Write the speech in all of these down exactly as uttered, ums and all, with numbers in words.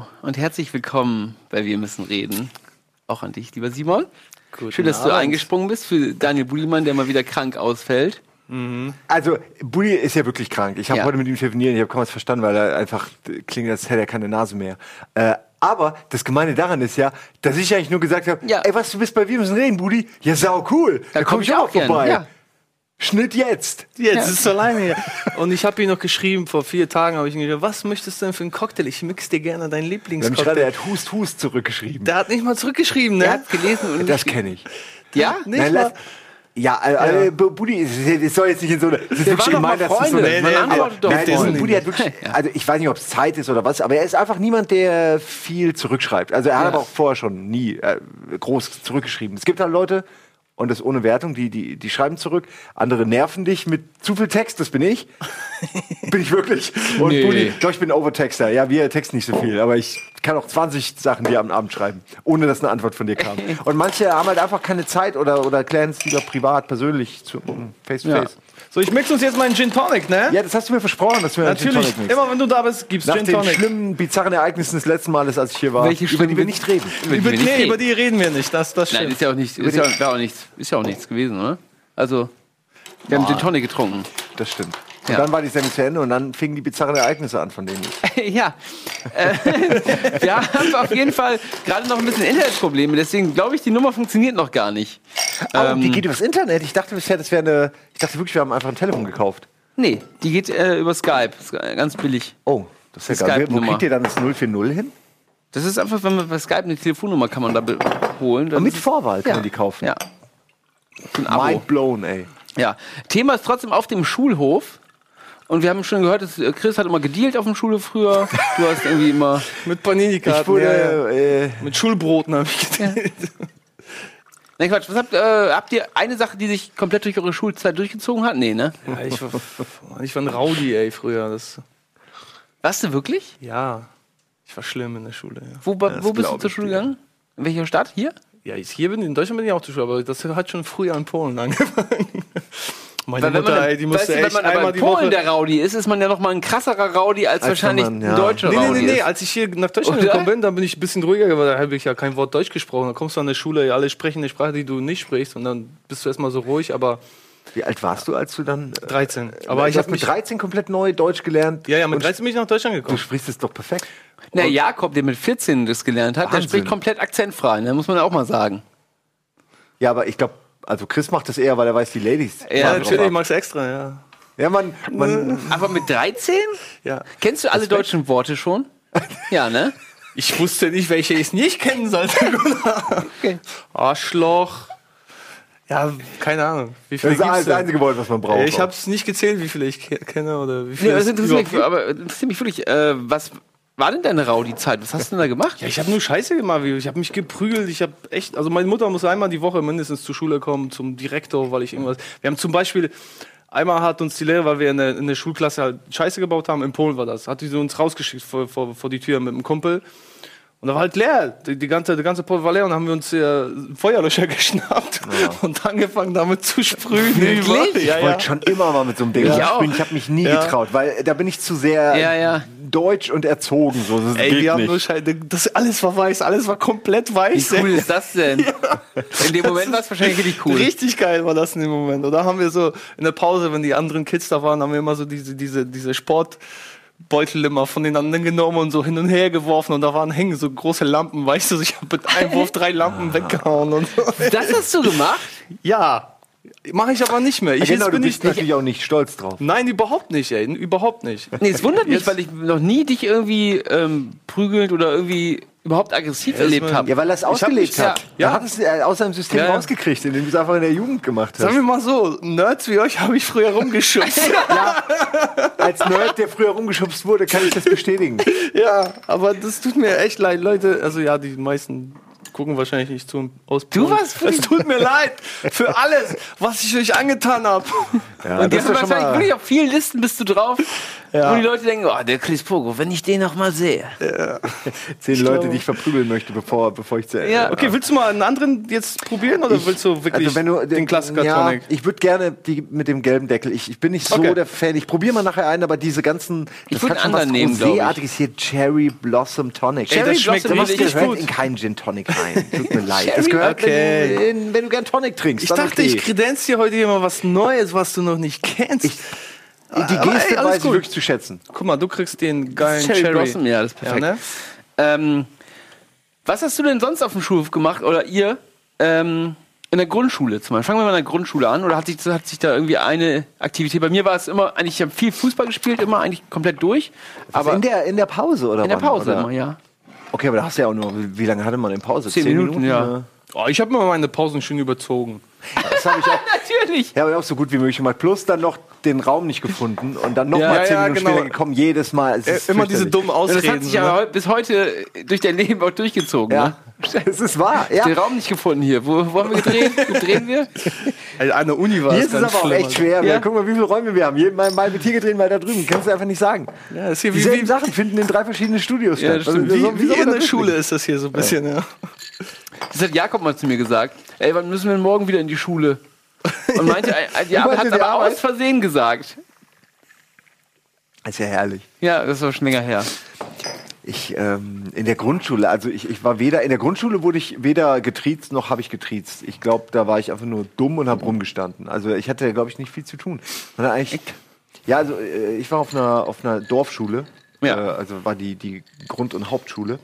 Hallo und herzlich willkommen bei Wir müssen reden. Auch an dich, lieber Simon. Guten Schön, dass Abend. Du eingesprungen bist für Daniel Budimann, der mal wieder krank ausfällt. Mhm. Also, Budi ist ja wirklich krank. Ich habe ja. heute mit ihm telefoniert, ich habe kaum was verstanden, weil er einfach klingt, als hätte er keine Nase mehr. Äh, aber das Gemeine daran ist ja, dass ich eigentlich nur gesagt habe, ja. ey, was, du bist bei Wir müssen reden, Budi? Ja, sau cool. Da, da komme ich auch vorbei. Ja. Schnitt jetzt. Jetzt ja. ist es alleine hier. Und ich habe ihm noch geschrieben, vor vier Tagen habe ich ihm gesagt, was möchtest du denn für einen Cocktail? Ich mix dir gerne deinen Lieblingscocktail. Der hat Hust, Hust zurückgeschrieben. Der hat nicht mal zurückgeschrieben, ne? Der hat gelesen und das kenne ich. Ja? Nicht Nein, mal. Ja, äh, ja. Budi, es soll jetzt nicht in so eine. Das ist wirklich gemein, dass das so eine. Nee, nee, antwortet doch. Nein, das Budi hat wirklich. Also, ich weiß nicht, ob es Zeit ist oder was, aber er ist einfach niemand, der viel zurückschreibt. Also, er hat ja. aber auch vorher schon nie äh, groß zurückgeschrieben. Es gibt halt Leute, und das ohne Wertung, die, die, die schreiben zurück. Andere nerven dich mit zu viel Text, das bin ich. Bin ich wirklich. Und nee. Budi, doch, ich bin Overtexter. Ja, wir texten nicht so viel, aber ich kann auch zwanzig Sachen dir am Abend schreiben, ohne dass eine Antwort von dir kam. Und manche haben halt einfach keine Zeit oder, oder klären es lieber privat, persönlich, zu, face to face. Ja. So, ich mix uns jetzt mal einen Gin Tonic, ne? Ja, das hast du mir versprochen, dass du mir einen Gin Tonic mixst. Immer wenn du da bist, gibt's Nach Gin Tonic. Nach den schlimmen, bizarren Ereignissen des letzten Males, als ich hier war, Welche über die wir nicht reden. Über die, über, die, nee, reden. über die reden wir nicht, das, das stimmt. Nein, ist ja auch, nicht, ist ja, war auch nichts, ist ja auch nichts gewesen, oder? Also, wir haben Gin Tonic getrunken. Das stimmt. Und ja. dann war die Sendung zu Ende und dann fingen die bizarren Ereignisse an, von denen ich. ja. Äh, wir haben auf jeden Fall gerade noch ein bisschen Internetprobleme, deswegen glaube ich, die Nummer funktioniert noch gar nicht. Aber ähm, die geht übers Internet? Ich dachte bisher, das wäre eine. Ich dachte wirklich, wir haben einfach ein Telefon gekauft. Nee, die geht äh, über Skype. Ganz billig. Oh, das ist ja geil. Wo kriegt ihr dann das null vier null hin? Das ist einfach, wenn man bei Skype eine Telefonnummer kann man da holen. Und mit Vorwahl kann ja. man die kaufen? Ja. Ein Abo. Mind blown, ey. Ja. Thema ist trotzdem auf dem Schulhof. Und wir haben schon gehört, dass Chris hat immer gedealt auf dem Schulhof früher. Du hast irgendwie immer... mit Panini-Karten. Wurde, ja, ja. Äh, mit Schulbroten habe ich gedealt. Ja. Nein, Quatsch. Was habt, äh, habt ihr eine Sache, die sich komplett durch eure Schulzeit durchgezogen hat? Nee, ne? Ja, ich, war, ich war ein Rowdy, ey, früher. Das Warst du wirklich? Ja. Ich war schlimm in der Schule, ja. Wo, ja, wo bist du zur Schule gegangen? In welcher Stadt? Hier? Ja, hier bin ich, in Deutschland bin ich auch zur Schule, aber das hat schon früher in Polen angefangen. Meine Weil wenn Mutter, man, ey, die musste echt wenn man einmal in die Polen Woche... der Rowdy ist, ist man ja noch mal ein krasserer Rowdy als, als wahrscheinlich man, ja. ein deutscher nee, Rowdy Nee, nee, nee, ist. als ich hier nach Deutschland Oder? gekommen bin, dann bin ich ein bisschen ruhiger geworden, da habe ich ja kein Wort Deutsch gesprochen. Da kommst du an der Schule, alle sprechen eine Sprache, die du nicht sprichst und dann bist du erstmal so ruhig, aber... Wie alt warst du, als du dann... Äh, dreizehn. Aber ich habe mit dreizehn komplett neu Deutsch gelernt. Ja, ja, mit dreizehn bin ich nach Deutschland gekommen. Du sprichst es doch perfekt. Na, Jakob, der mit vierzehn das gelernt hat, Wahnsinn. Der spricht komplett akzentfrei, ne? Muss man auch mal sagen. Ja, aber ich glaube, also Chris macht das eher, weil er weiß, die Ladies... Ja, natürlich, ich mag's extra, ja. Ja, man, man Aber mit dreizehn? Ja. Kennst du alle Respekt. deutschen Worte schon? Ja, ne? Ich wusste nicht, welche ich nicht kennen sollte. Okay. Arschloch. Ja, keine Ahnung. Wie viele das ist das einzige Wort, was man braucht. Ich habe es nicht gezählt, wie viele ich kenne oder wie viele. Nee, das interessiert mich, aber interessiert mich wirklich, äh, was war denn deine Rowdy-Zeit? Was hast du denn da gemacht? Ja, ich habe nur Scheiße gemacht. Ich habe mich geprügelt. Ich habe echt, also meine Mutter muss einmal die Woche mindestens zur Schule kommen, zum Direktor, weil ich irgendwas. Wir haben zum Beispiel einmal hat uns die Lehrer, weil wir in der, in der Schulklasse halt Scheiße gebaut haben, in Polen war das, hat die so uns rausgeschickt vor, vor, vor die Tür mit einem Kumpel. Und da war halt leer, die, die ganze, die ganze Pole war leer und dann haben wir uns äh, Feuerlöscher geschnappt ja. und angefangen damit zu sprühen. Wirklich? Ja, ich wollte ja. schon immer mal mit so einem Ding ja. sprühen. Ich habe mich nie ja. getraut, weil da bin ich zu sehr ja, ja. deutsch und erzogen. So. Das Ey, geht wir haben nicht. nur Scheiße, das alles war weiß, alles war komplett weiß. Wie cool ist das denn? Ja. In dem Moment war es wahrscheinlich richtig cool. Richtig geil war das in dem Moment. Und da haben wir so in der Pause, wenn die anderen Kids da waren, haben wir immer so diese, diese, diese Sport... Beutel immer von den anderen genommen und so hin und her geworfen und da waren hängen so große Lampen, weißt du, ich habe mit einem Wurf drei Lampen weggehauen und so. Das hast du gemacht? Ja, mache ich aber nicht mehr. Ich, genau, bin du bist ich, natürlich auch nicht stolz drauf. Nein, überhaupt nicht, ey, überhaupt nicht. Nee, es wundert mich, weil ich noch nie dich irgendwie ähm, prügelnd oder irgendwie überhaupt aggressiv ja, erlebt habe. Ja, weil er es ausgelebt hat. Ja. Er hat es äh, aus seinem System ja. rausgekriegt, indem du es einfach in der Jugend gemacht hast. Sagen wir mal so, Nerds wie euch habe ich früher rumgeschubst. Ja, als Nerd, der früher rumgeschubst wurde, kann ich das bestätigen. Ja, aber das tut mir echt leid. Leute, also ja, die meisten gucken wahrscheinlich nicht zu. Du was? Es tut mir leid für alles, was ich euch angetan habe. Ja, und die haben wahrscheinlich wirklich auf vielen Listen bist du drauf, ja. wo die Leute denken, oh, der Chris Pogo, wenn ich den noch mal sehe. Ja. Zehn ich Leute, glaube. die ich verprügeln möchte, bevor, bevor ich zu Ende. Ja. Okay, willst du mal einen anderen jetzt probieren oder ich, willst du wirklich also wenn du, den Klassiker ja, Tonic? Ich würde gerne die mit dem gelben Deckel. Ich, ich bin nicht so okay. der Fan. Ich probiere mal nachher einen, aber diese ganzen ich würde einen anderen nehmen, glaube ich. Hier Cherry Blossom Tonic. Ey, das schmeckt richtig gehört gut. in keinen Gin Tonic rein. Tut mir leid. Das gehört, okay. wenn, du, in, wenn du gern Tonic trinkst. Ich dachte, okay. ich kredenz dir heute immer was Neues, was du noch nicht kennst. Ich, die Geste weiß ich wirklich zu schätzen. Guck mal, du kriegst den geilen Cherry, Cherry. Blossom, ja, das ist perfekt. Ja, ne? ähm, was hast du denn sonst auf dem Schulhof gemacht, oder ihr, ähm, in der Grundschule zum Beispiel? Fangen wir mal in der Grundschule an, oder hat sich, hat sich da irgendwie eine Aktivität, bei mir war es immer, eigentlich, ich habe viel Fußball gespielt, immer eigentlich komplett durch. Aber in der, in der Pause, oder In der wann, Pause oder? immer, ja. Okay, aber da hast du ja auch nur, wie, wie lange hatte man in Pause? Zehn, Zehn Minuten, Minuten, ja. Oh, ich habe mir meine Pausen schön überzogen. Das habe ich auch. Natürlich. Ja, aber auch so gut wie möglich gemacht. Plus dann noch den Raum nicht gefunden und dann noch ja, mal zehn ja, Minuten genau. später gekommen. Jedes Mal. Es ist äh, immer diese dummen Ausreden. Das hat sich aber bis heute durch dein Leben auch durchgezogen. Ja, ne? es ist wahr. Ja. Den Raum nicht gefunden hier. Wo, wo haben wir gedreht? Wo drehen wir? Also an der Uni war hier es ist es aber auch echt schwer. Ja? Guck mal, wie viele Räume wir haben. Hier, mal, mal mit hier gedreht, mal da drüben. Kannst du einfach nicht sagen. Ja, das hier Dieselben wie, Sachen finden in drei verschiedenen Studios ja, statt. Also, wie, wie, wie, wie in der das Schule ist das hier so ein bisschen. Ja. Ja. Das hat Jakob mal zu mir gesagt. Ey, wann müssen wir denn morgen wieder in die Schule? Und meinte, die Arbeit hat aber Arbeit? aus Versehen gesagt. Das ist ja herrlich. Ja, das war schon länger her. Ich, ähm, in der Grundschule, also ich, ich war weder, in der Grundschule wurde ich weder getriezt, noch habe ich getriezt. Ich glaube, da war ich einfach nur dumm und habe rumgestanden. Also ich hatte, glaube ich, nicht viel zu tun. Und dann eigentlich, ja, also ich war auf einer, auf einer Dorfschule, ja. äh, also war die, die Grund- und Hauptschule.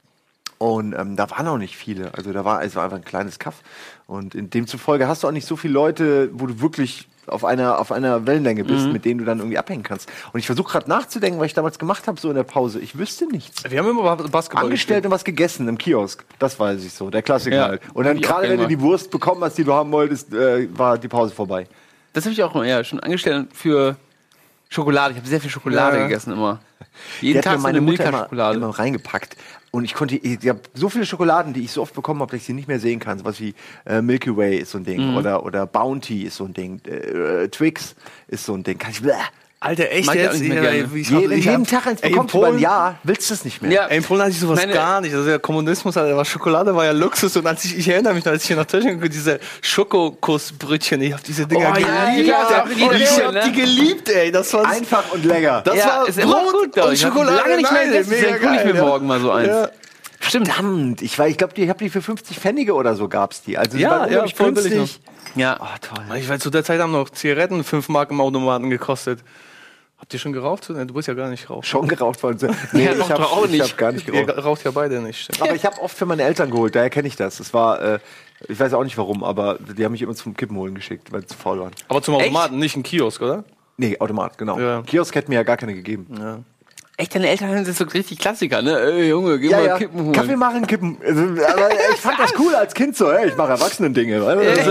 Und ähm, da waren auch nicht viele. Also da war, es war einfach ein kleines Kaff. Und in demzufolge hast du auch nicht so viele Leute, wo du wirklich auf einer, auf einer Wellenlänge bist, mhm. mit denen du dann irgendwie abhängen kannst. Und ich versuche gerade nachzudenken, was ich damals gemacht habe, so in der Pause. Ich wüsste nichts. Wir haben immer Basketball angestellt und was gegessen im Kiosk. Das weiß ich so, der Klassiker ja. halt. Und dann gerade, wenn du die Wurst bekommen hast, die du haben wolltest, äh, war die Pause vorbei. Das habe ich auch ja, schon angestellt für Schokolade. Ich habe sehr viel Schokolade ja. gegessen immer. Jeden Tag meine so eine Mutter immer, immer reingepackt. Und ich konnte, ich habe so viele Schokoladen, die ich so oft bekommen habe, dass ich sie nicht mehr sehen kann. Sowas wie äh, Milky Way ist so ein Ding. Mhm. Oder, oder Bounty ist so ein Ding. Äh, Twix ist so ein Ding. Kann ich, bleh. Alter, echt jetzt? Ja, ich jeden ich jeden hab, Tag eins bekommst über ein Jahr, willst du es nicht mehr. Ja, ey, in Polen hatte ich sowas Meine, gar nicht. Also der Kommunismus, also war Schokolade war ja Luxus. Und als ich, ich erinnere mich noch, als ich hier nach Deutschland kam, diese Schokokussbrötchen, ich habe diese Dinger oh, geliebt. Ja, ja, die oh, ich hab die geliebt, ey. Das war einfach und lecker. Das ja, war ist immer gut, und ich Schokolade. Lange nicht mehr gegessen, deswegen hole ich mir morgen mal so eins. Ja. Stimmt. Verdammt, ich, ich glaube, ich habe die für fünfzig Pfennige oder so gab's die. Also ja, die ja, ich voll günstig. Ja, oh, toll. Ich weiß, zu der Zeit haben noch Zigaretten fünf Mark im Automaten gekostet. Habt ihr schon geraucht? Du bist ja gar nicht geraucht. Schon geraucht worden. Nee, ja, ich habe hab gar nicht geraucht. Ihr raucht ja beide nicht. Aber ich habe oft für meine Eltern geholt, daher kenne ich das. Das war, äh, ich weiß auch nicht warum, aber die haben mich immer zum Kippen holen geschickt, weil sie zu faul waren. Aber zum Automaten, Echt? nicht ein Kiosk, oder? Nee, Automat, genau. Ja. Kiosk hätte mir ja gar keine gegeben. Ja. Echt, deine Eltern sind so richtig Klassiker, ne? Ey, Junge, geh ja, mal ja. Kippen holen. Kaffee machen, Kippen. Also, aber ich fand das cool als Kind so. Hey, ich mache Erwachsenen-Dinge.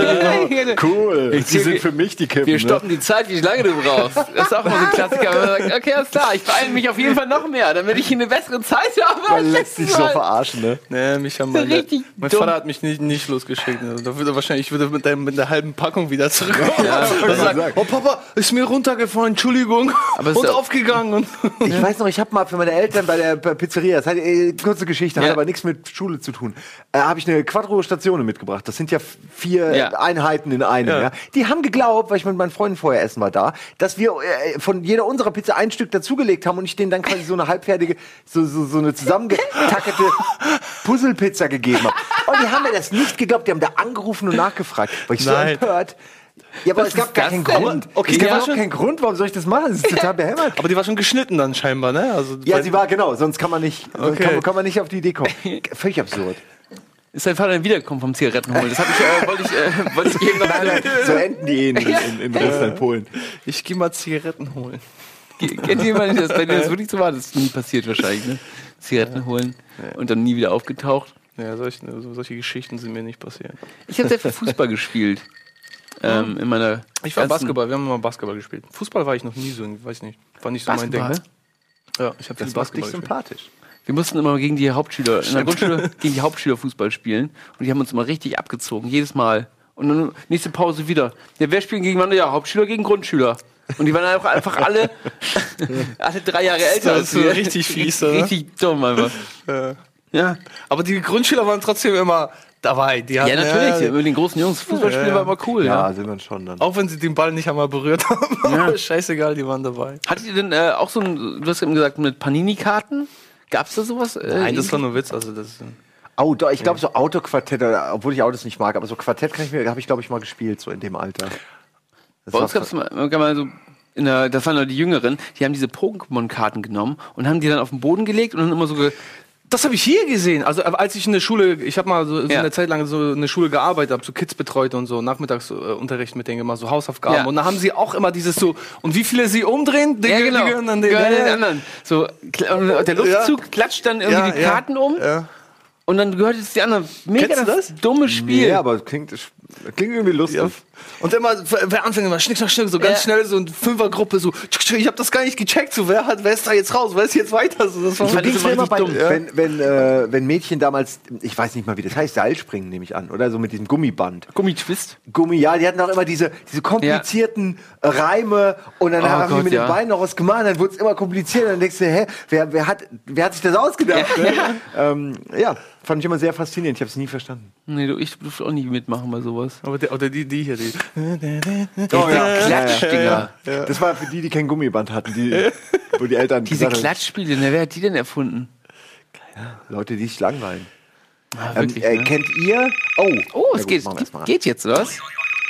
Cool. Ich die sind für mich die Kippen. Wir stoppen ne? die Zeit, wie lange du brauchst. Das ist auch immer so ein Klassiker. Man sagt, okay, alles klar, ich beeile mich auf jeden Fall noch mehr, damit ich eine bessere Zeit habe. Man lässt sich so verarschen, ne? Nee, mich haben meine, mein Vater hat mich nicht, nicht losgeschickt. Da würde wahrscheinlich, ich würde mit der, mit der halben Packung wieder zurückkommen. Ja, und sagen, oh Papa, ist mir runtergefallen, Entschuldigung. Aber und aufgegangen. Und ich weiß noch, ich habe mal für meine Eltern bei der Pizzeria, das hat äh, kurze Geschichte, ja. hat aber nichts mit Schule zu tun, äh, habe ich eine Quattro Station mitgebracht. Das sind ja vier ja. Einheiten in einem. Ja. Ja. Die haben geglaubt, weil ich mit meinen Freunden vorher essen war da, dass wir äh, von jeder unserer Pizza ein Stück dazugelegt haben und ich denen dann quasi so eine halbfertige, so, so, so eine zusammengetackerte Puzzlepizza gegeben habe. Und die haben mir das nicht geglaubt, die haben da angerufen und nachgefragt, weil ich Nein. so empört. Ja, aber Was es gab gar keinen denn? Grund. Okay, es gab ja, überhaupt keinen Grund, warum soll ich das machen? Das ist total behämmert. Aber die war schon geschnitten dann scheinbar, ne? Also ja, sie war, genau. Sonst kann man nicht, okay. kann, kann man nicht auf die Idee kommen. Völlig absurd. Ist dein Vater dann wiedergekommen vom Zigaretten holen? Das hab ich, äh, wollte ich, äh, wollte ich eben noch... Nein, nein, so enden die eh in, in, in, in Russland, Polen. Ich geh mal Zigaretten holen. Kennt jemand das? Bei dir das wirklich so war? Das ist nie passiert wahrscheinlich, ne? Zigaretten holen und dann nie wieder aufgetaucht. Ja, solche, solche Geschichten sind mir nicht passiert. Ich habe sehr viel Fußball gespielt. Ähm, in meiner ich war Basketball, wir haben immer Basketball gespielt. Fußball war ich noch nie so, ich weiß nicht, war nicht so Basketball? mein Ding. Ja, ich habe viel Basketball gespielt. Sympathisch. Wir mussten immer gegen die Hauptschüler, in der Grundschule gegen die Hauptschüler Fußball spielen. Und die haben uns immer richtig abgezogen, jedes Mal. Und dann nächste Pause wieder. Ja, wer spielen gegen wann? Ja, Hauptschüler gegen Grundschüler. Und die waren auch einfach alle, alle drei Jahre älter als Das ist so wir. richtig fies, oder? Richtig dumm einfach. Ja. Ja, Aber die Grundschüler waren trotzdem immer dabei. Die hatten, ja natürlich. Ja, Mit den großen Jungs Fußball spielen Ja, war immer cool. Ja, Ja. sind wir schon dann. auch wenn sie den Ball nicht einmal berührt haben. Aber scheißegal, die waren dabei. Hattet ihr denn äh, auch so ein, du hast eben gesagt, mit Panini-Karten? Gab's da sowas? Äh, Nein, das war nur Witz. Also das, Oh, doch, ich glaube so Autoquartett, oder- obwohl ich Autos nicht mag, aber so Quartett kann ich mir, habe ich glaube ich mal gespielt, so in dem Alter. Das Bei uns war- gab es mal, irgendwann mal so, in der, das waren nur die Jüngeren, die haben diese Pokémon-Karten genommen und haben die dann auf den Boden gelegt und dann immer so ge das habe ich hier gesehen. Also als ich in der Schule, ich habe mal so, so Ja. eine Zeit lang so in der Schule gearbeitet, habe so Kids betreut und so Nachmittagsunterricht mit denen gemacht, so Hausaufgaben. Ja. Und da haben sie auch immer dieses so, und wie viele sie umdrehen, die, ja, die genau. gehören dann den, Gehören ja, den anderen. So, kl- und der Luftzug klatscht dann irgendwie Ja, die ja. Karten um Ja. und dann gehört es die anderen. Mega Kennst du das, das? dummes Spiel. Ja, aber es klingt, es klingt irgendwie lustig. Ja. Und immer, wer anfängt immer schnick, schnack, schnick, so ganz Ja. schnell, so eine Fünfergruppe, so, ich habe das gar nicht gecheckt, so, wer hat, wer ist da jetzt raus, wer ist jetzt weiter, so, das war Ich So fand das ging's immer mir immer bei, richtig dumm. wenn, wenn, äh, wenn Mädchen damals, ich weiß nicht mal, wie das heißt, Seilspringen nehme ich an, oder so mit diesem Gummiband. Gummitwist. Gummi, ja, die hatten auch immer diese, diese komplizierten Reime und dann Oh haben die Gott, mit ja. den Beinen noch was gemacht, dann wurde es immer komplizierter, dann denkst du, hä, wer, wer, hat, wer hat sich das ausgedacht? Ne? ähm, ja, fand ich immer sehr faszinierend, ich habe es nie verstanden. Nee, du, ich durfte auch nicht mitmachen bei sowas. aber der, oder die, die hier, die. Oh, ja. Klatschdinger. Das war für die, die kein Gummiband hatten, die, wo die Eltern Diese gesagt haben, Klatschspiele, ne, wer hat die denn erfunden? Leute, die sich langweilen. Ah, Ähm, wirklich, äh, ne? kennt ihr? Oh, Oh, Na es gut, geht, machen wir erst mal an. geht jetzt, oder was?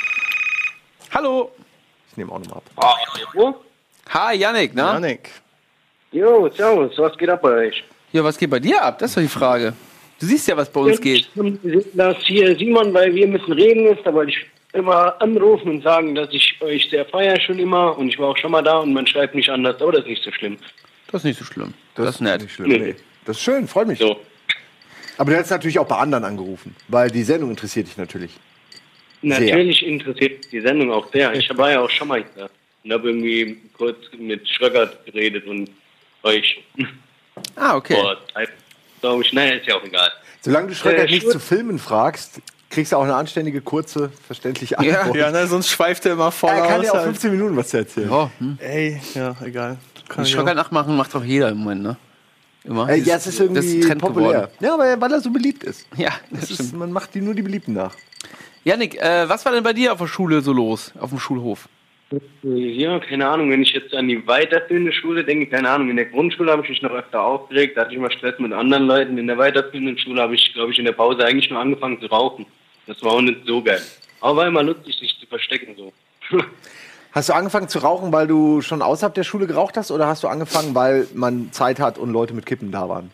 Hallo. Ich nehme auch nochmal ab. Hallo? Hi, Yannick, na? Janik. Jo, servus, was geht ab bei euch? Ja, was geht bei dir ab? Das ist doch die Frage. Du siehst ja, was bei uns geht. Dass hier Simon, weil wir müssen reden ist, da wollte ich immer anrufen und sagen, dass ich euch sehr feiere schon immer und ich war auch schon mal da und man schreibt mich anders, aber das ist nicht so schlimm. Das ist nicht so schlimm. Das, ist nett. Nicht schlimm. Nee. Nee. Das ist schön, freut mich. So. Aber du hättest natürlich auch bei anderen angerufen, weil die Sendung interessiert dich natürlich. Natürlich interessiert mich die Sendung auch sehr. Ich war ja auch schon mal hier und habe irgendwie kurz mit Schröckert geredet und euch Ah, okay. vor Zeit, glaube ich, naja, ist ja auch egal. Solange du Schröcker Äh, nicht Schuld- zu Filmen fragst, kriegst du auch eine anständige, kurze, verständliche Antwort. Ja, ne, sonst schweift er immer voll Er kann aus. ja auch halt. fünfzehn Minuten was erzählen. Oh, hm. Ey, ja, egal. Kann Die ich Schocker auch. nachmachen macht doch jeder im Moment, ne? Immer. Äh, ja, es ist irgendwie Trend populär. geworden. Ja, aber weil er so beliebt ist. Ja, das Das stimmt. ist man macht die nur die Beliebten nach. Yannick, äh, was war denn bei dir auf der Schule so los? Auf dem Schulhof? Ja, keine Ahnung, wenn ich jetzt an die weiterführende Schule denke, keine Ahnung, in der Grundschule habe ich mich noch öfter aufgeregt, da hatte ich immer Stress mit anderen Leuten. In der weiterführenden Schule habe ich, glaube ich, in der Pause eigentlich nur angefangen zu rauchen. Das war auch nicht so geil. Aber war immer lustig, sich zu verstecken so. Hast du angefangen zu rauchen, weil du schon außerhalb der Schule geraucht hast, oder hast du angefangen, weil man Zeit hat und Leute mit Kippen da waren?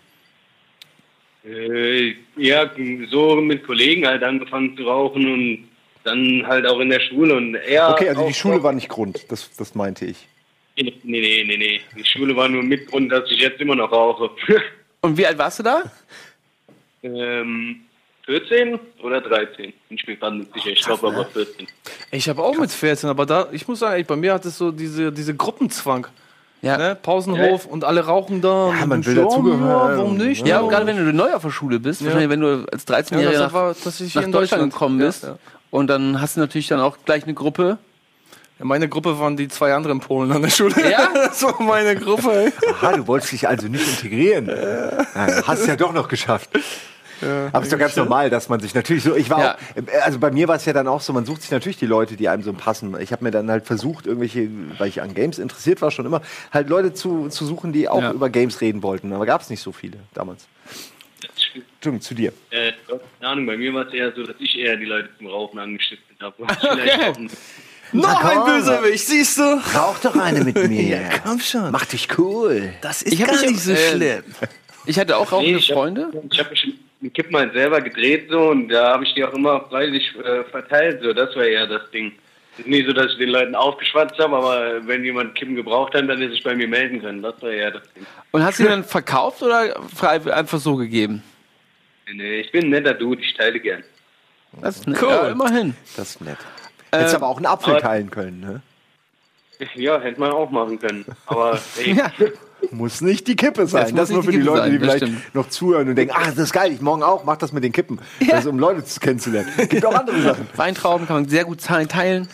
Äh, ja, so mit Kollegen halt angefangen zu rauchen und dann halt auch in der Schule und er. Okay, also die auch- Schule war nicht Grund, das, das meinte ich. Nee, nee, nee, nee. Die Schule war nur mit Grund, dass ich jetzt immer noch rauche. Und wie alt warst du da? ähm, vierzehn oder dreizehn? Bin ich mir gerade nicht sicher. Ich glaube aber vierzehn. Ich habe auch mit vierzehn, aber da, ich muss sagen, ey, bei mir hat es so diese, diese Gruppenzwang. Ja. Ne? Pausenhof und alle rauchen da. und Ja, man ich will so, dazugehören. Ja, warum nicht? Ja, Ja, und gerade wenn du neu auf der Schule bist, Ja. wahrscheinlich wenn du als Ja, dreizehnjähriger das nach, war tatsächlich nach in Deutschland Deutschland gekommen Ja, bist ja. und dann hast du natürlich dann auch gleich eine Gruppe. Ja, meine Gruppe waren die zwei anderen Polen an der Schule. Ja? Das war meine Gruppe. Ey. Aha, du wolltest dich also nicht integrieren. Ja, hast es ja doch noch geschafft. Aber es ist doch ganz normal, dass man sich natürlich so. Ich war Ja. auch, also bei mir war es ja dann auch so, man sucht sich natürlich die Leute, die einem so passen. Ich habe mir dann halt versucht, irgendwelche, weil ich an Games interessiert war, schon immer, halt Leute zu, zu suchen, die auch Ja. über Games reden wollten. Aber gab es nicht so viele damals. Entschuldigung, zu dir. Äh, keine Ahnung, bei mir war es eher so, dass ich eher die Leute zum Rauchen angestiftet habe. Und vielleicht auch ein- Noch Na, ein komm. Bösewicht, siehst du? Rauch doch eine mit mir. Komm schon. Mach dich cool. Das ist Ich hab gar mich nicht so auch, äh, schlimm. Ich hatte auch rauchende Nee, ich hab- Freunde. Ich habe mich mit Kippen halt selber gedreht so und da habe ich die auch immer freiwillig äh, verteilt. So, das war eher das Ding. Es ist nicht so, dass ich den Leuten aufgeschwatzt habe, aber wenn jemand Kippen gebraucht hat, dann hätte sich bei mir melden können. Das war eher das Ding. Und hast du die dann verkauft oder frei, einfach so gegeben? Nee, ich bin ein netter Dude, ich teile gern. Das ist nett. Cool. Ja, immerhin. Das ist nett. Hättest Äh, aber auch einen Apfel aber- teilen können, ne? Ja, hätte man auch machen können. Aber ey, Ja. Muss nicht die Kippe sein. Das Das, muss nur nicht für die die Kippe Leute, sein, die das vielleicht stimmt. noch zuhören und denken, ah, das ist geil, ich morgen auch, mach das mit den Kippen. Das ist, um Leute kennenzulernen. Gibt auch andere Sachen. Weintrauben kann man sehr gut teilen, teilen.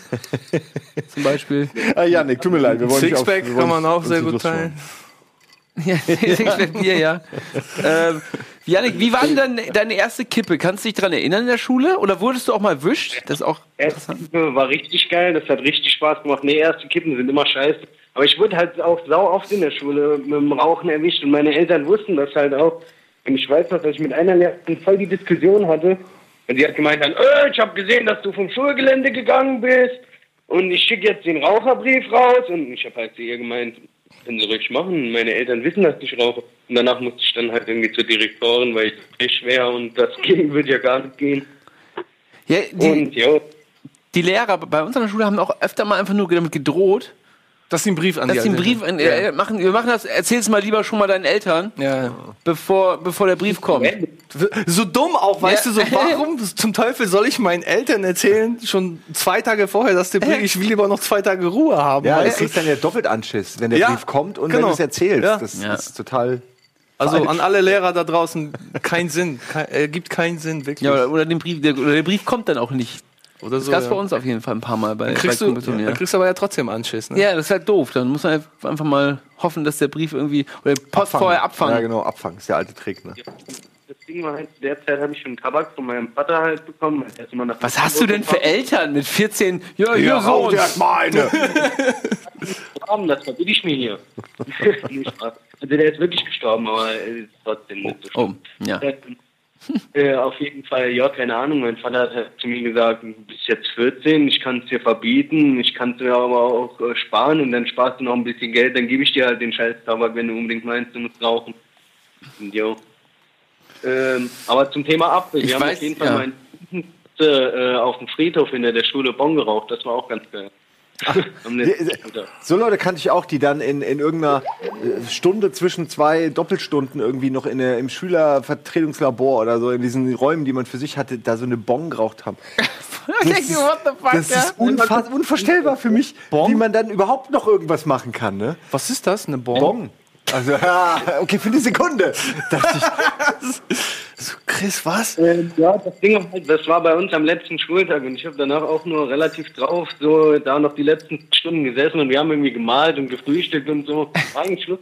Zum Beispiel. Ah, Janik, tut mir leid. Wir wollen nicht auf- Sixpack wir kann wollen man auch uns sehr die gut Lust teilen. Ja, Sixpack Bier, ja. ähm, Janik, wie war denn deine, deine erste Kippe? Kannst du dich daran erinnern in der Schule? Oder wurdest du auch mal erwischt? Das ist auch erste Kippe war richtig geil, das hat richtig Spaß gemacht. Nee, erste Kippen sind immer scheiße. Aber ich wurde halt auch sau oft in der Schule mit dem Rauchen erwischt und meine Eltern wussten das halt auch. Und ich weiß noch, dass ich mit einer Lehrerin voll die Diskussion hatte. Und sie hat gemeint dann, äh, ich habe gesehen, dass du vom Schulgelände gegangen bist und ich schicke jetzt den Raucherbrief raus. Und ich habe halt zu ihr gemeint, können Sie ruhig machen, meine Eltern wissen, dass ich rauche. Und danach musste ich dann halt irgendwie zur Direktorin, weil ich frisch wäre und das ging, würde ja gar nicht gehen. ja, die, Und ja, die Lehrer bei uns an der Schule haben auch öfter mal einfach nur damit gedroht, Dass sie einen Brief an dass die sie einen Eltern- Brief äh, äh, machen. Wir machen das, erzähl's mal lieber schon mal deinen Eltern, Ja, ja. bevor, bevor der Brief kommt. So dumm auch, weißt Ja. du, so warum zum Teufel soll ich meinen Eltern erzählen, schon zwei Tage vorher, dass der Brief, ich will lieber noch zwei Tage Ruhe haben. Ja, das weißt du? kriegst dann ja doppelt Anschiss, wenn der Ja, Brief kommt und genau. wenn du es erzählst. Ja. Das Ja. ist total. Also falsch. an alle Lehrer da draußen, kein Sinn, kein, äh, gibt keinen Sinn, wirklich. Ja, oder, oder, den Brief, der, oder der Brief kommt dann auch nicht. Oder Das so. gab's Ja. bei uns auf jeden Fall ein paar Mal bei, Dann kriegst, bei du, Kumpels und ja, mir. dann kriegst du aber ja trotzdem Anschiss, ne? Ja, das ist halt doof. Dann muss man einfach mal hoffen, dass der Brief irgendwie oder die Post Abfangen. vorher abfangen. Ja, genau, abfangen. Ist der alte Trick, ne? das Ding war halt, derzeit habe ich schon Tabak von meinem Vater halt bekommen. Er ist immer nach Was hast du denn für Eltern mit vierzehn? Ja, hier Ja, so. rauch dir erstmal eine. Gestorben, das verbiete ich mir hier. Nicht Spaß. Also der ist wirklich gestorben, aber er ist trotzdem nicht so Oh, schlimm. ja. Äh, auf jeden Fall, ja, keine Ahnung. Mein Vater hat halt zu mir gesagt, du bist jetzt vierzehn, ich kann es dir verbieten, ich kann es mir aber auch äh, sparen und dann sparst du noch ein bisschen Geld, dann gebe ich dir halt den scheiß Tabak, wenn du unbedingt meinst, du musst rauchen. Und, jo. Ähm, aber zum Thema Apfel, Ich wir haben weiß, auf jeden Fall ja. meinen äh, auf dem Friedhof hinter der Schule Bon geraucht, das war auch ganz geil. Haben den- So Leute kannte ich auch, die dann in, in irgendeiner äh, Stunde zwischen zwei Doppelstunden irgendwie noch in der, im Schülervertretungslabor oder so in diesen Räumen, die man für sich hatte, da so eine Bon geraucht haben. Ich denke, what the fuck, Das ja? ist unfa unvorstellbar für mich, wie man dann überhaupt noch irgendwas machen kann, ne? Was ist das? Eine Bon? Bon. Also, ja, okay, für eine Sekunde. Dachte ich, So, Chris, was? Ähm, ja, das Ding war halt, das war bei uns am letzten Schultag und ich habe danach auch nur relativ drauf so da noch die letzten Stunden gesessen und wir haben irgendwie gemalt und gefrühstückt und so. War eigentlich Schluss.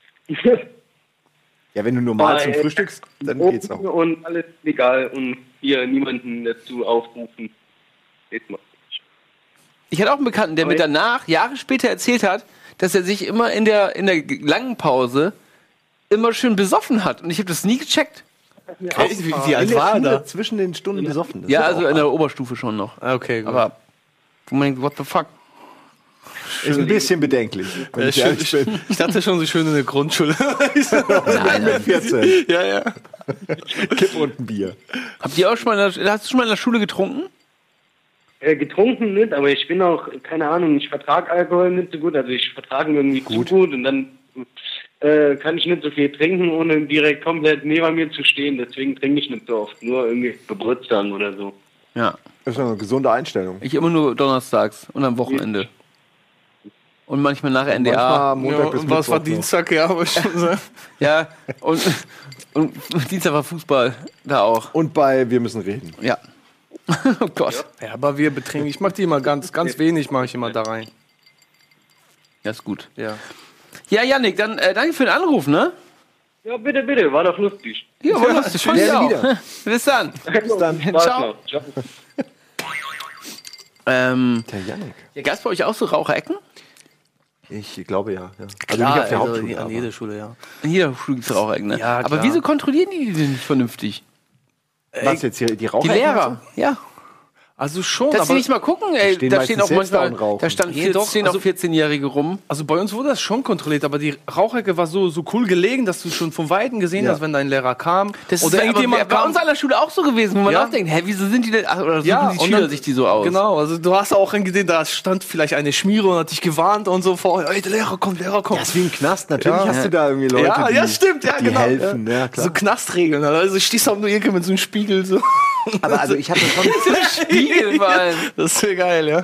ja, wenn du normal zum Äh, Frühstückst, dann geht's noch. Und alles legal und hier niemanden dazu aufrufen. Jetzt mal. Ich hatte auch einen Bekannten, der mir danach, Jahre später erzählt hat, dass er sich immer in der, in der langen Pause immer schön besoffen hat. Und ich habe das nie gecheckt. Wie, wie In alt der war er Schule da? zwischen den Stunden besoffen. Das Ja, ist also auch- in der Oberstufe schon noch. Ah, okay, gut. Aber wo man denkt, what the fuck? ist ein bisschen bedenklich. Wenn Ja, ich schön, ehrlich ich, bin. ich dachte schon so schön in der Grundschule. Nein, nein. vierzehn. ja, ja. Kipp und ein Bier. Habt ihr auch schon mal in der, hast du schon mal in der Schule getrunken? Äh, getrunken nicht, aber ich bin auch, keine Ahnung, ich vertrage Alkohol nicht so gut, also ich vertrage ihn irgendwie gut. zu gut und dann äh, kann ich nicht so viel trinken, ohne direkt komplett neben mir zu stehen, deswegen trinke ich nicht so oft, nur irgendwie Geburtstagen oder so. Ja. Das ist eine gesunde Einstellung. Ich immer nur donnerstags und am Wochenende. Und manchmal nach N D A. Manchmal Montag Ja, bis und was war Mittwoch noch. Dienstag, ja, aber schon sagen. Ja, und, und Dienstag war Fußball. Da auch. Und bei Wir müssen reden. Ja. Oh Gott. Ja, aber wir betrinken. Ich mach die immer ganz, ganz wenig, mache ich immer da rein. Ja, ist gut. Ja. Ja, Yannick, dann äh, danke für den Anruf, ne? Ja, bitte, bitte, war doch lustig. Ja, war lustig. Fand ich gerne auch. wieder. Bis dann. Bis dann. Ciao. Ciao. Ähm, Der Janik. ja, gab es bei euch auch so Raucherecken? Ich glaube ja. ja. Also Klar, nicht auf der also Hauptschule. an aber- jeder Schule, ja. In jeder Schule gibt es Raucherecken, ne? Ja, Aber klar. wieso kontrollieren die die denn nicht vernünftig? Was jetzt hier? Die Raucher? Die Lehrer, ja. Also schon, Dass sie aber nicht mal gucken, ey, stehen da stehen meistens auch selbst da manchmal, und rauchen. da stand Nee, vier, doch, stehen also- auch vierzehnjährige rum. also bei uns wurde das schon kontrolliert, aber die Rauchecke war so, so cool gelegen, dass du schon von Weitem gesehen Ja. hast, wenn dein Lehrer kam. Das oder ist aber irgendjemand bei kam. uns an der Schule auch so gewesen, wo man Ja. auch denkt, hä, wieso sind die denn, ach, oder suchen Ja, die und Schüler dann- sich die so aus? Genau, also du hast auch gesehen, da stand vielleicht eine Schmiere und hat dich gewarnt und so vor, ey, der Lehrer kommt, Lehrer kommt. Das ist wie im Knast. Natürlich Ja. hast du da irgendwie Leute, ja, die, ja, stimmt, ja, die genau. helfen. ja. Ja, klar. So Knastregeln, also stehst du auch nur irgendwie mit so einem Spiegel so. Aber also ich hatte schon... Spiegel, vor allem. Das ist ja geil, ja.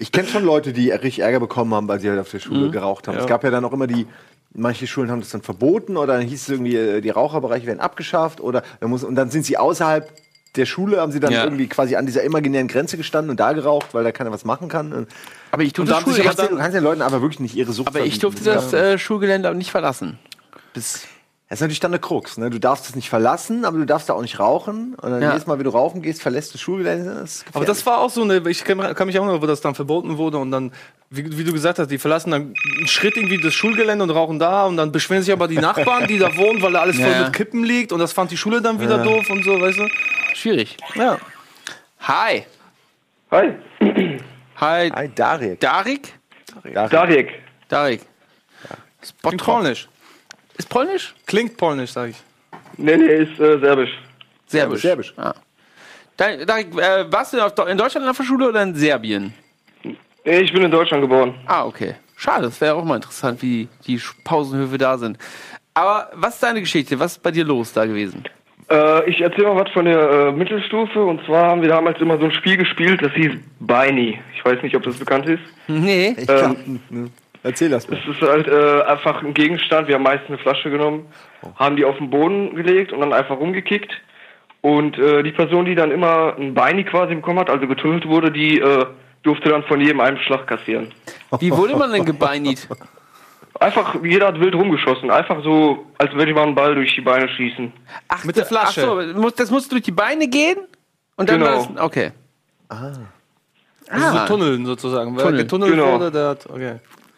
Ich kenne schon Leute, die richtig Ärger bekommen haben, weil sie halt auf der Schule Mhm. geraucht haben. Ja. Es gab ja dann auch immer die, manche Schulen haben das dann verboten oder dann hieß es irgendwie, äh, die Raucherbereiche werden abgeschafft oder dann muss, und dann sind sie außerhalb der Schule, haben sie dann Ja. irgendwie quasi an dieser imaginären Grenze gestanden und da geraucht, weil da keiner was machen kann. Und Aber ich Und durfte, da haben Schule, sich du aber ich, kannst, den, du kannst den Leuten aber wirklich nicht ihre Sucht aber ich verbieten. durfte das äh, Schulgelände auch nicht verlassen. Bis Das ist natürlich dann eine Krux. Ne? Du darfst es nicht verlassen, aber du darfst da auch nicht rauchen. Und dann Ja. jedes Mal, wenn du rauchen gehst, verlässt du das Schulgelände. Das ist Aber das war auch so eine, ich kann, kann mich auch noch, wo das dann verboten wurde und dann, wie, wie du gesagt hast, die verlassen dann einen Schritt irgendwie das Schulgelände und rauchen da und dann beschweren sich aber die Nachbarn, die da wohnen, weil da alles voll Ja. mit Kippen liegt und das fand die Schule dann wieder doof und so, weißt du? schwierig. Ja. Hi. Hi, Hi. Hi, Darek. Darik? Darek. Darik. Ist Klingt Bottrop. polnisch. Ist polnisch? Klingt polnisch, sag ich. Nee, nee, ist äh, serbisch. Serbisch. Serbisch. Ah. Da, Darik, äh, warst du auf, in Deutschland auf der Schule oder in Serbien? Nee, ich bin in Deutschland geboren. Ah, okay. Schade, das wäre auch mal interessant, wie die Sch- Pausenhöfe da sind. Aber was ist deine Geschichte? Was ist bei dir los da gewesen? Äh, ich erzähle mal was von der äh, Mittelstufe. Und zwar haben wir damals immer so ein Spiel gespielt, das hieß Beini. Ich weiß nicht, ob das bekannt ist. Nee. Ich glaub, ne. Erzähl das mal. Es ist halt äh, einfach ein Gegenstand. Wir haben meistens eine Flasche genommen, haben die auf den Boden gelegt und dann einfach rumgekickt. Und äh, die Person, die dann immer ein Beini quasi bekommen hat, also getunnelt wurde, die äh, durfte dann von jedem einen Schlag kassieren. Wie wurde man denn gebeinigt? Einfach, jeder hat wild rumgeschossen. Einfach so, als würde man einen Ball durch die Beine schießen. Ach, Mit der Flasche. Ach so, muss- das musste durch die Beine gehen? Und dann Genau. war das, okay. Also Ah. so Tunneln sozusagen. Wer Tunneln. getunnelt Genau. wurde, der hat, okay.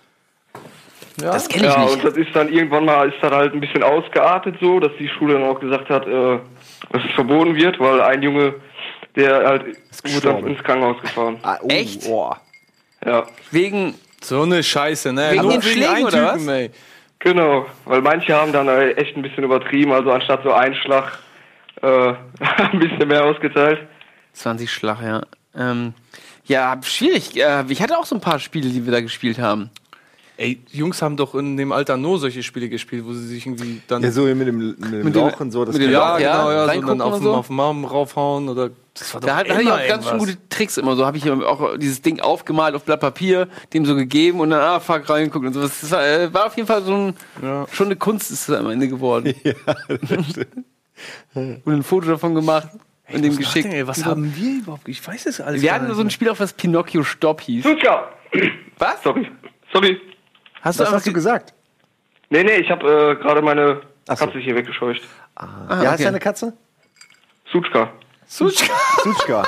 Ja. Das kenne ich Ja, nicht. und das ist dann irgendwann mal, ist dann halt ein bisschen ausgeartet so, dass die Schule dann auch gesagt hat, äh, dass es verboten wird, weil ein Junge, der halt, wurde dann gestorben. ins Krankenhaus gefahren. Ah, oh, Echt? Oh. Ja, Wegen, So eine Scheiße, ne? Wegen Nur den Schlägen, einen oder Typen, was? ey. genau. Weil manche haben dann äh, echt ein bisschen übertrieben, also anstatt so einen Schlag, äh, ein bisschen mehr ausgeteilt. zwanzig Schlag, ja. Ähm, ja, schwierig. Äh, ich hatte auch so ein paar Spiele, die wir da gespielt haben. Ey, die Jungs haben doch in dem Alter nur solche Spiele gespielt, wo sie sich irgendwie dann... Ja, so mit dem, mit dem Mit dem- Loch und so. Das mit dem kennt Loch, man. ja, ja, genau, ja, so reingucken dann auf, und dem- so. auf den Arm raufhauen oder... Das war doch Da hatte ich immer auch ganz schön irgendwas. gute Tricks immer. So habe ich auch dieses Ding aufgemalt auf Blatt Papier, dem so gegeben und dann ah, fuck reingeguckt und so. Das war, äh, war auf jeden Fall so ein, Ja. schon eine Kunst ist es am Ende geworden. Ja, das stimmt. Und ein Foto davon gemacht und dem geschickt. Ey, was haben wir überhaupt? Ich weiß es alles Wir gar hatten nicht so ein Spiel, auf das Pinocchio Stopp hieß. Sutka! Was? Sorry. Sorry. Hast Was einfach hast du ge- gesagt? Nee, nee, ich habe äh, gerade meine Ach so. Katze hier weggescheucht. Ah, Wie heißt okay. deine Katze? Sutschka. Sutschka. Sutschka.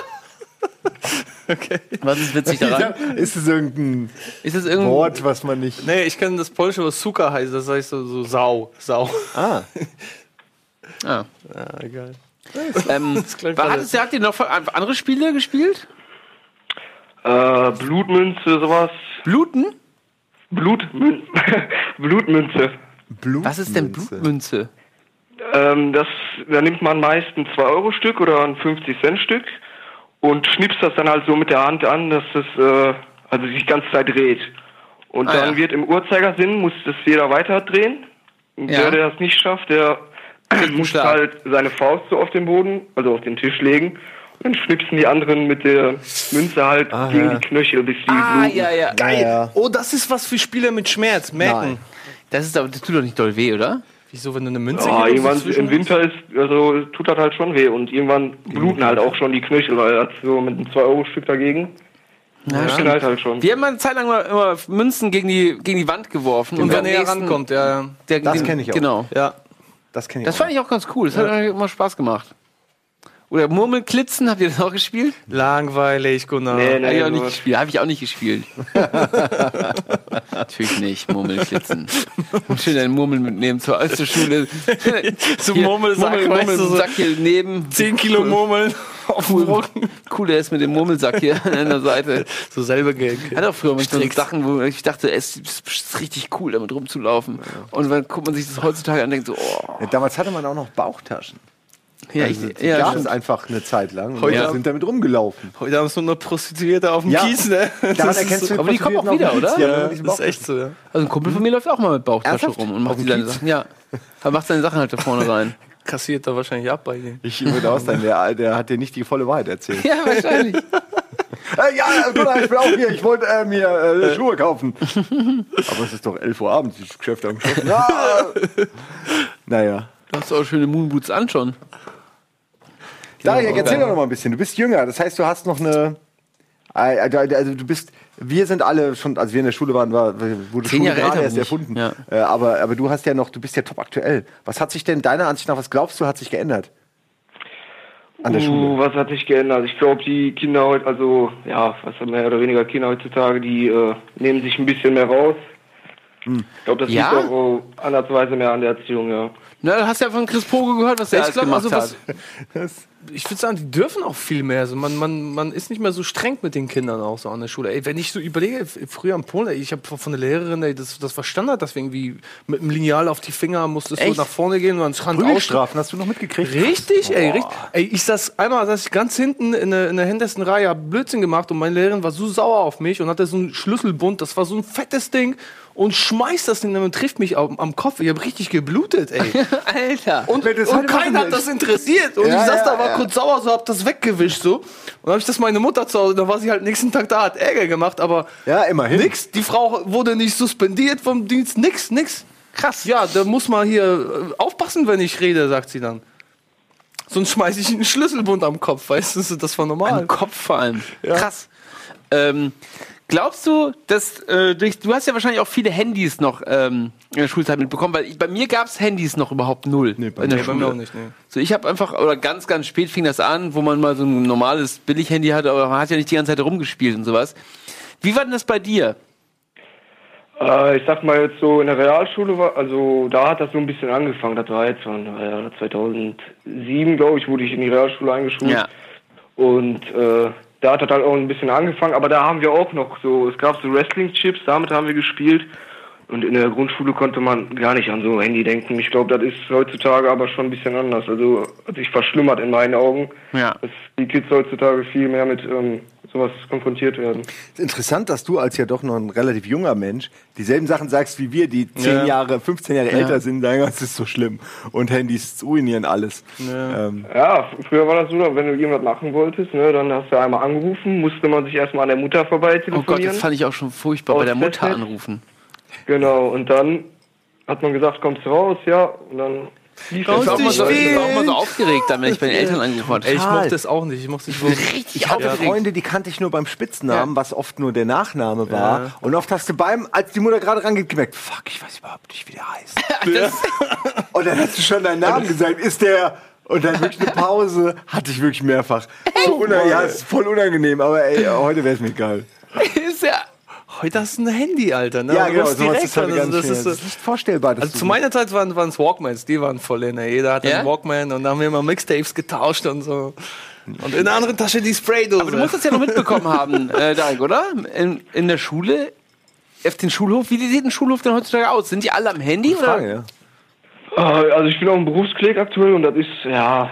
Was ist witzig daran? Ist es irgendein Ist das irgendein Wort, was man nicht... Nee, ich kenne das Polnische, was Suka heißt. Das heißt so, so Sau. Sau. Ah, Ah. Ja, egal. Ähm, gleich war, alles. hattest, du- habt ihr noch andere Spiele gespielt? Äh, Blutmünze, sowas. Bluten? Blutmün Blutmünze. Blut. Was ist denn Blutmünze? Ähm, das, da nimmt man meist ein zwei Euro Stück oder ein fünfzig Cent Stück und schnippst das dann halt so mit der Hand an, dass es äh, also sich die ganze Zeit dreht. Und Ah, dann ja. wird im Uhrzeigersinn, muss das jeder weiter drehen. Und Ja. der, der das nicht schafft, der muss Schlag. halt seine Faust so auf den Boden, also auf den Tisch legen. Und dann schnipsen die anderen mit der Münze halt Ah, gegen ja. die Knöchel, bis die Ah, bluten. ja, ja. Geil. Ja. Oh, das ist was für Spieler mit Schmerz. Merken. Nein. Das, ist aber, das tut doch nicht doll weh, oder? Wieso, wenn du eine Münze Ja, hier irgendwann zwischen im Winter ist, also tut das halt schon weh und irgendwann bluten halt auch schon die Knöchel, weil das so mit einem zwei Euro Stück dagegen. Ja, Das knallt halt schon. Wir haben mal eine Zeit lang mal immer Münzen gegen die, gegen die Wand geworfen. Und wer beim näher nächsten- rankommt, ja. ja. Der, Das den- kenn ich auch. Genau. Ja. Das kenne ich Das auch. fand ich auch ganz cool. Das hat eigentlich immer Spaß gemacht. Oder Murmelklitzen, habt ihr das auch gespielt? Langweilig, Gunnar. Nee, Hab ich nee, auch nicht sowas. gespielt. Habe ich auch nicht gespielt. Natürlich nicht, Murmelklitzen. Schön einen Murmel mitnehmen zur, zur Schule. So Hier, Murmelsack, Murmel, weißt du, so Murmelsack hier neben. zehn Kilo Murmeln auf dem Rücken. Cool, der ist mit dem Murmelsack hier an der Seite. So selber Geld. Hat auch früher manchmal so Tricks. Sachen, wo ich dachte, es ist richtig cool, damit rumzulaufen. Und dann guckt man sich das heutzutage an und denkt so, oh. Ja, damals hatte man auch noch Bauchtaschen. Ja, Also, ich, die ja, gab stimmt. es einfach eine Zeit lang. Und Heute- wir sind damit rumgelaufen. Heute haben wir so eine Prostituierte auf dem Ja. Kies, ne? Daran Das ist erkennst so, du aber die kommen auch Prostituierten wieder, auf dem oder? Kiez. Ja, ja, mit diesen das ist echt so, ja. Also ein Kumpel von mir läuft auch mal mit Bauchtasche Ernsthaft? rum und macht Auf dem die seine Kiez? Sachen. Ja. Er macht seine Sachen halt da vorne rein. Kassiert da wahrscheinlich ab bei denen. Ich würde aus sein, der, der hat dir nicht die volle Wahrheit erzählt. Ja, wahrscheinlich. Äh, ja, Gunnar, ich bin auch hier. Ich wollte äh, mir äh, Schuhe kaufen. Aber es ist doch elf Uhr abends, die Geschäfte haben geschlossen. Ja. Naja. Du hast auch schöne Moonboots an schon. Daria, erzähl doch noch mal ein bisschen. Du bist jünger, das heißt, du hast noch eine... Also du bist... Wir sind alle schon, als wir in der Schule waren, war, wurde Zehn Schule Jahre gerade älter erst bin ich. erfunden. Ja. Äh, aber, aber du hast ja noch, du bist ja top aktuell. Was hat sich denn deiner Ansicht nach, was glaubst du, hat sich geändert? An der uh, Schule? Was hat sich geändert? Ich glaube, die Kinder heute, also ja, was haben mehr oder weniger Kinder heutzutage, die äh, nehmen sich ein bisschen mehr raus. Hm. Ich glaube, das Ja? liegt auch äh, andersweise mehr an der Erziehung, ja. Na, du hast ja von Chris Pogo gehört, was der Ich alles glaube, gemacht also hat. was, ich würde sagen, die dürfen auch viel mehr. Also man, man, man ist nicht mehr so streng mit den Kindern auch so an der Schule. Ey, wenn ich so überlege, f- früher in Polen, ey, ich habe von der Lehrerin, ey, das, das war Standard, dass wir irgendwie mit dem Lineal auf die Finger musstest du Echt? nach vorne gehen und dann Hand ausstrecken. Prügelstrafen hast du noch mitgekriegt? Richtig, ey, richtig. Ey, ich saß einmal, saß ich ganz hinten in der, in der hintersten Reihe, hab Blödsinn gemacht und meine Lehrerin war so sauer auf mich und hatte so einen Schlüsselbund, das war so ein fettes Ding und schmeißt das Ding und trifft mich am, am Kopf. Ich hab richtig geblutet, ey. Alter. Und, Wenn das und heute machen keiner hat willst. das interessiert. Und Ja, ich saß ja, da, war ja. kurz sauer, so hab das weggewischt so. Und dann hab ich das meine Mutter zu Hause, da war sie halt nächsten Tag da, hat Ärger gemacht, aber Ja, immerhin. nix. Die Frau wurde nicht suspendiert vom Dienst, nix, nix. Krass. Ja, da muss man hier äh, aufpassen, wenn ich rede, sagt sie dann. Sonst schmeiß ich einen Schlüsselbund am Kopf, weißt du, das war normal. Am Kopf vor allem. Krass. Ähm, glaubst du, dass äh, durch, du hast ja wahrscheinlich auch viele Handys noch ähm, in der Schulzeit mitbekommen, weil ich, bei mir gab es Handys noch überhaupt null Nee, bei in der Nee, bei Schule. mir auch nicht, nee. So, ich habe einfach, oder ganz, ganz spät fing das an, wo man mal so ein normales Billig-Handy hatte, aber man hat ja nicht die ganze Zeit rumgespielt und sowas. Wie war denn das bei dir? Äh, ich sag mal jetzt so in der Realschule, war, also da hat das so ein bisschen angefangen, das war jetzt von äh, zweitausendsieben, glaube ich, wurde ich in die Realschule eingeschult. Ja. Und äh, da hat das halt auch ein bisschen angefangen, aber da haben wir auch noch so, es gab so Wrestling-Chips, damit haben wir gespielt. Und in der Grundschule konnte man gar nicht an so ein Handy denken. Ich glaube, das ist heutzutage aber schon ein bisschen anders. Also hat sich verschlimmert in meinen Augen, Ja. dass die Kids heutzutage viel mehr mit ähm, sowas konfrontiert werden. Ist interessant, dass du als ja doch noch ein relativ junger Mensch dieselben Sachen sagst wie wir, die zehn Ja. Jahre, fünfzehn Jahre älter sind, sagen, das ist so schlimm. Und Handys ruinieren alles. Ja. Ähm, Ja, früher war das so, wenn du irgendwas machen wolltest, ne, dann hast du einmal angerufen, musste man sich erstmal an der Mutter vorbei Oh Gott, telefonieren. das fand ich auch schon furchtbar, Aus bei der Mutter Festnetz? anrufen. Genau, und dann hat man gesagt, kommst du raus, ja, und dann lief Ich das war auch ab. mal so, ich war auch mal so Wild. aufgeregt, dann, wenn ich bei den Eltern angerufen habe. Ey, ich Total. mochte es auch nicht. Ich mochte es nicht. Ich hatte Ja. Freunde, die kannte ich nur beim Spitznamen, was oft nur der Nachname war. Ja. Und oft hast du beim, als die Mutter gerade rangeht, gemerkt, fuck, ich weiß überhaupt nicht, wie der heißt. Und dann hast du schon deinen Namen gesagt, ist der... Und dann wirklich eine Pause, hatte ich wirklich mehrfach. So unang- ja, ist voll unangenehm, aber ey, heute wäre es mir egal. Ist ja. Heute hast du ein Handy, Alter. Ne? Ja, Du genau, musst sowas direkt ist halt ran, ganz also das schnell. ist, Das ist nicht vorstellbar. dass Also du- zu meiner Zeit waren es Walkmans, die waren voll in. Jeder hatte Ja? einen Walkman und da haben wir immer Mixtapes getauscht und so. Und in der anderen Tasche die Spraydose. Aber du musst das ja noch mitbekommen haben, äh, Darek, oder? In, in der Schule, auf den Schulhof. Wie sieht ein Schulhof denn heutzutage aus? Sind die alle am Handy? Oder? Frage, ja. Äh, Also ich bin auch im Berufsklick aktuell und das ist, ja,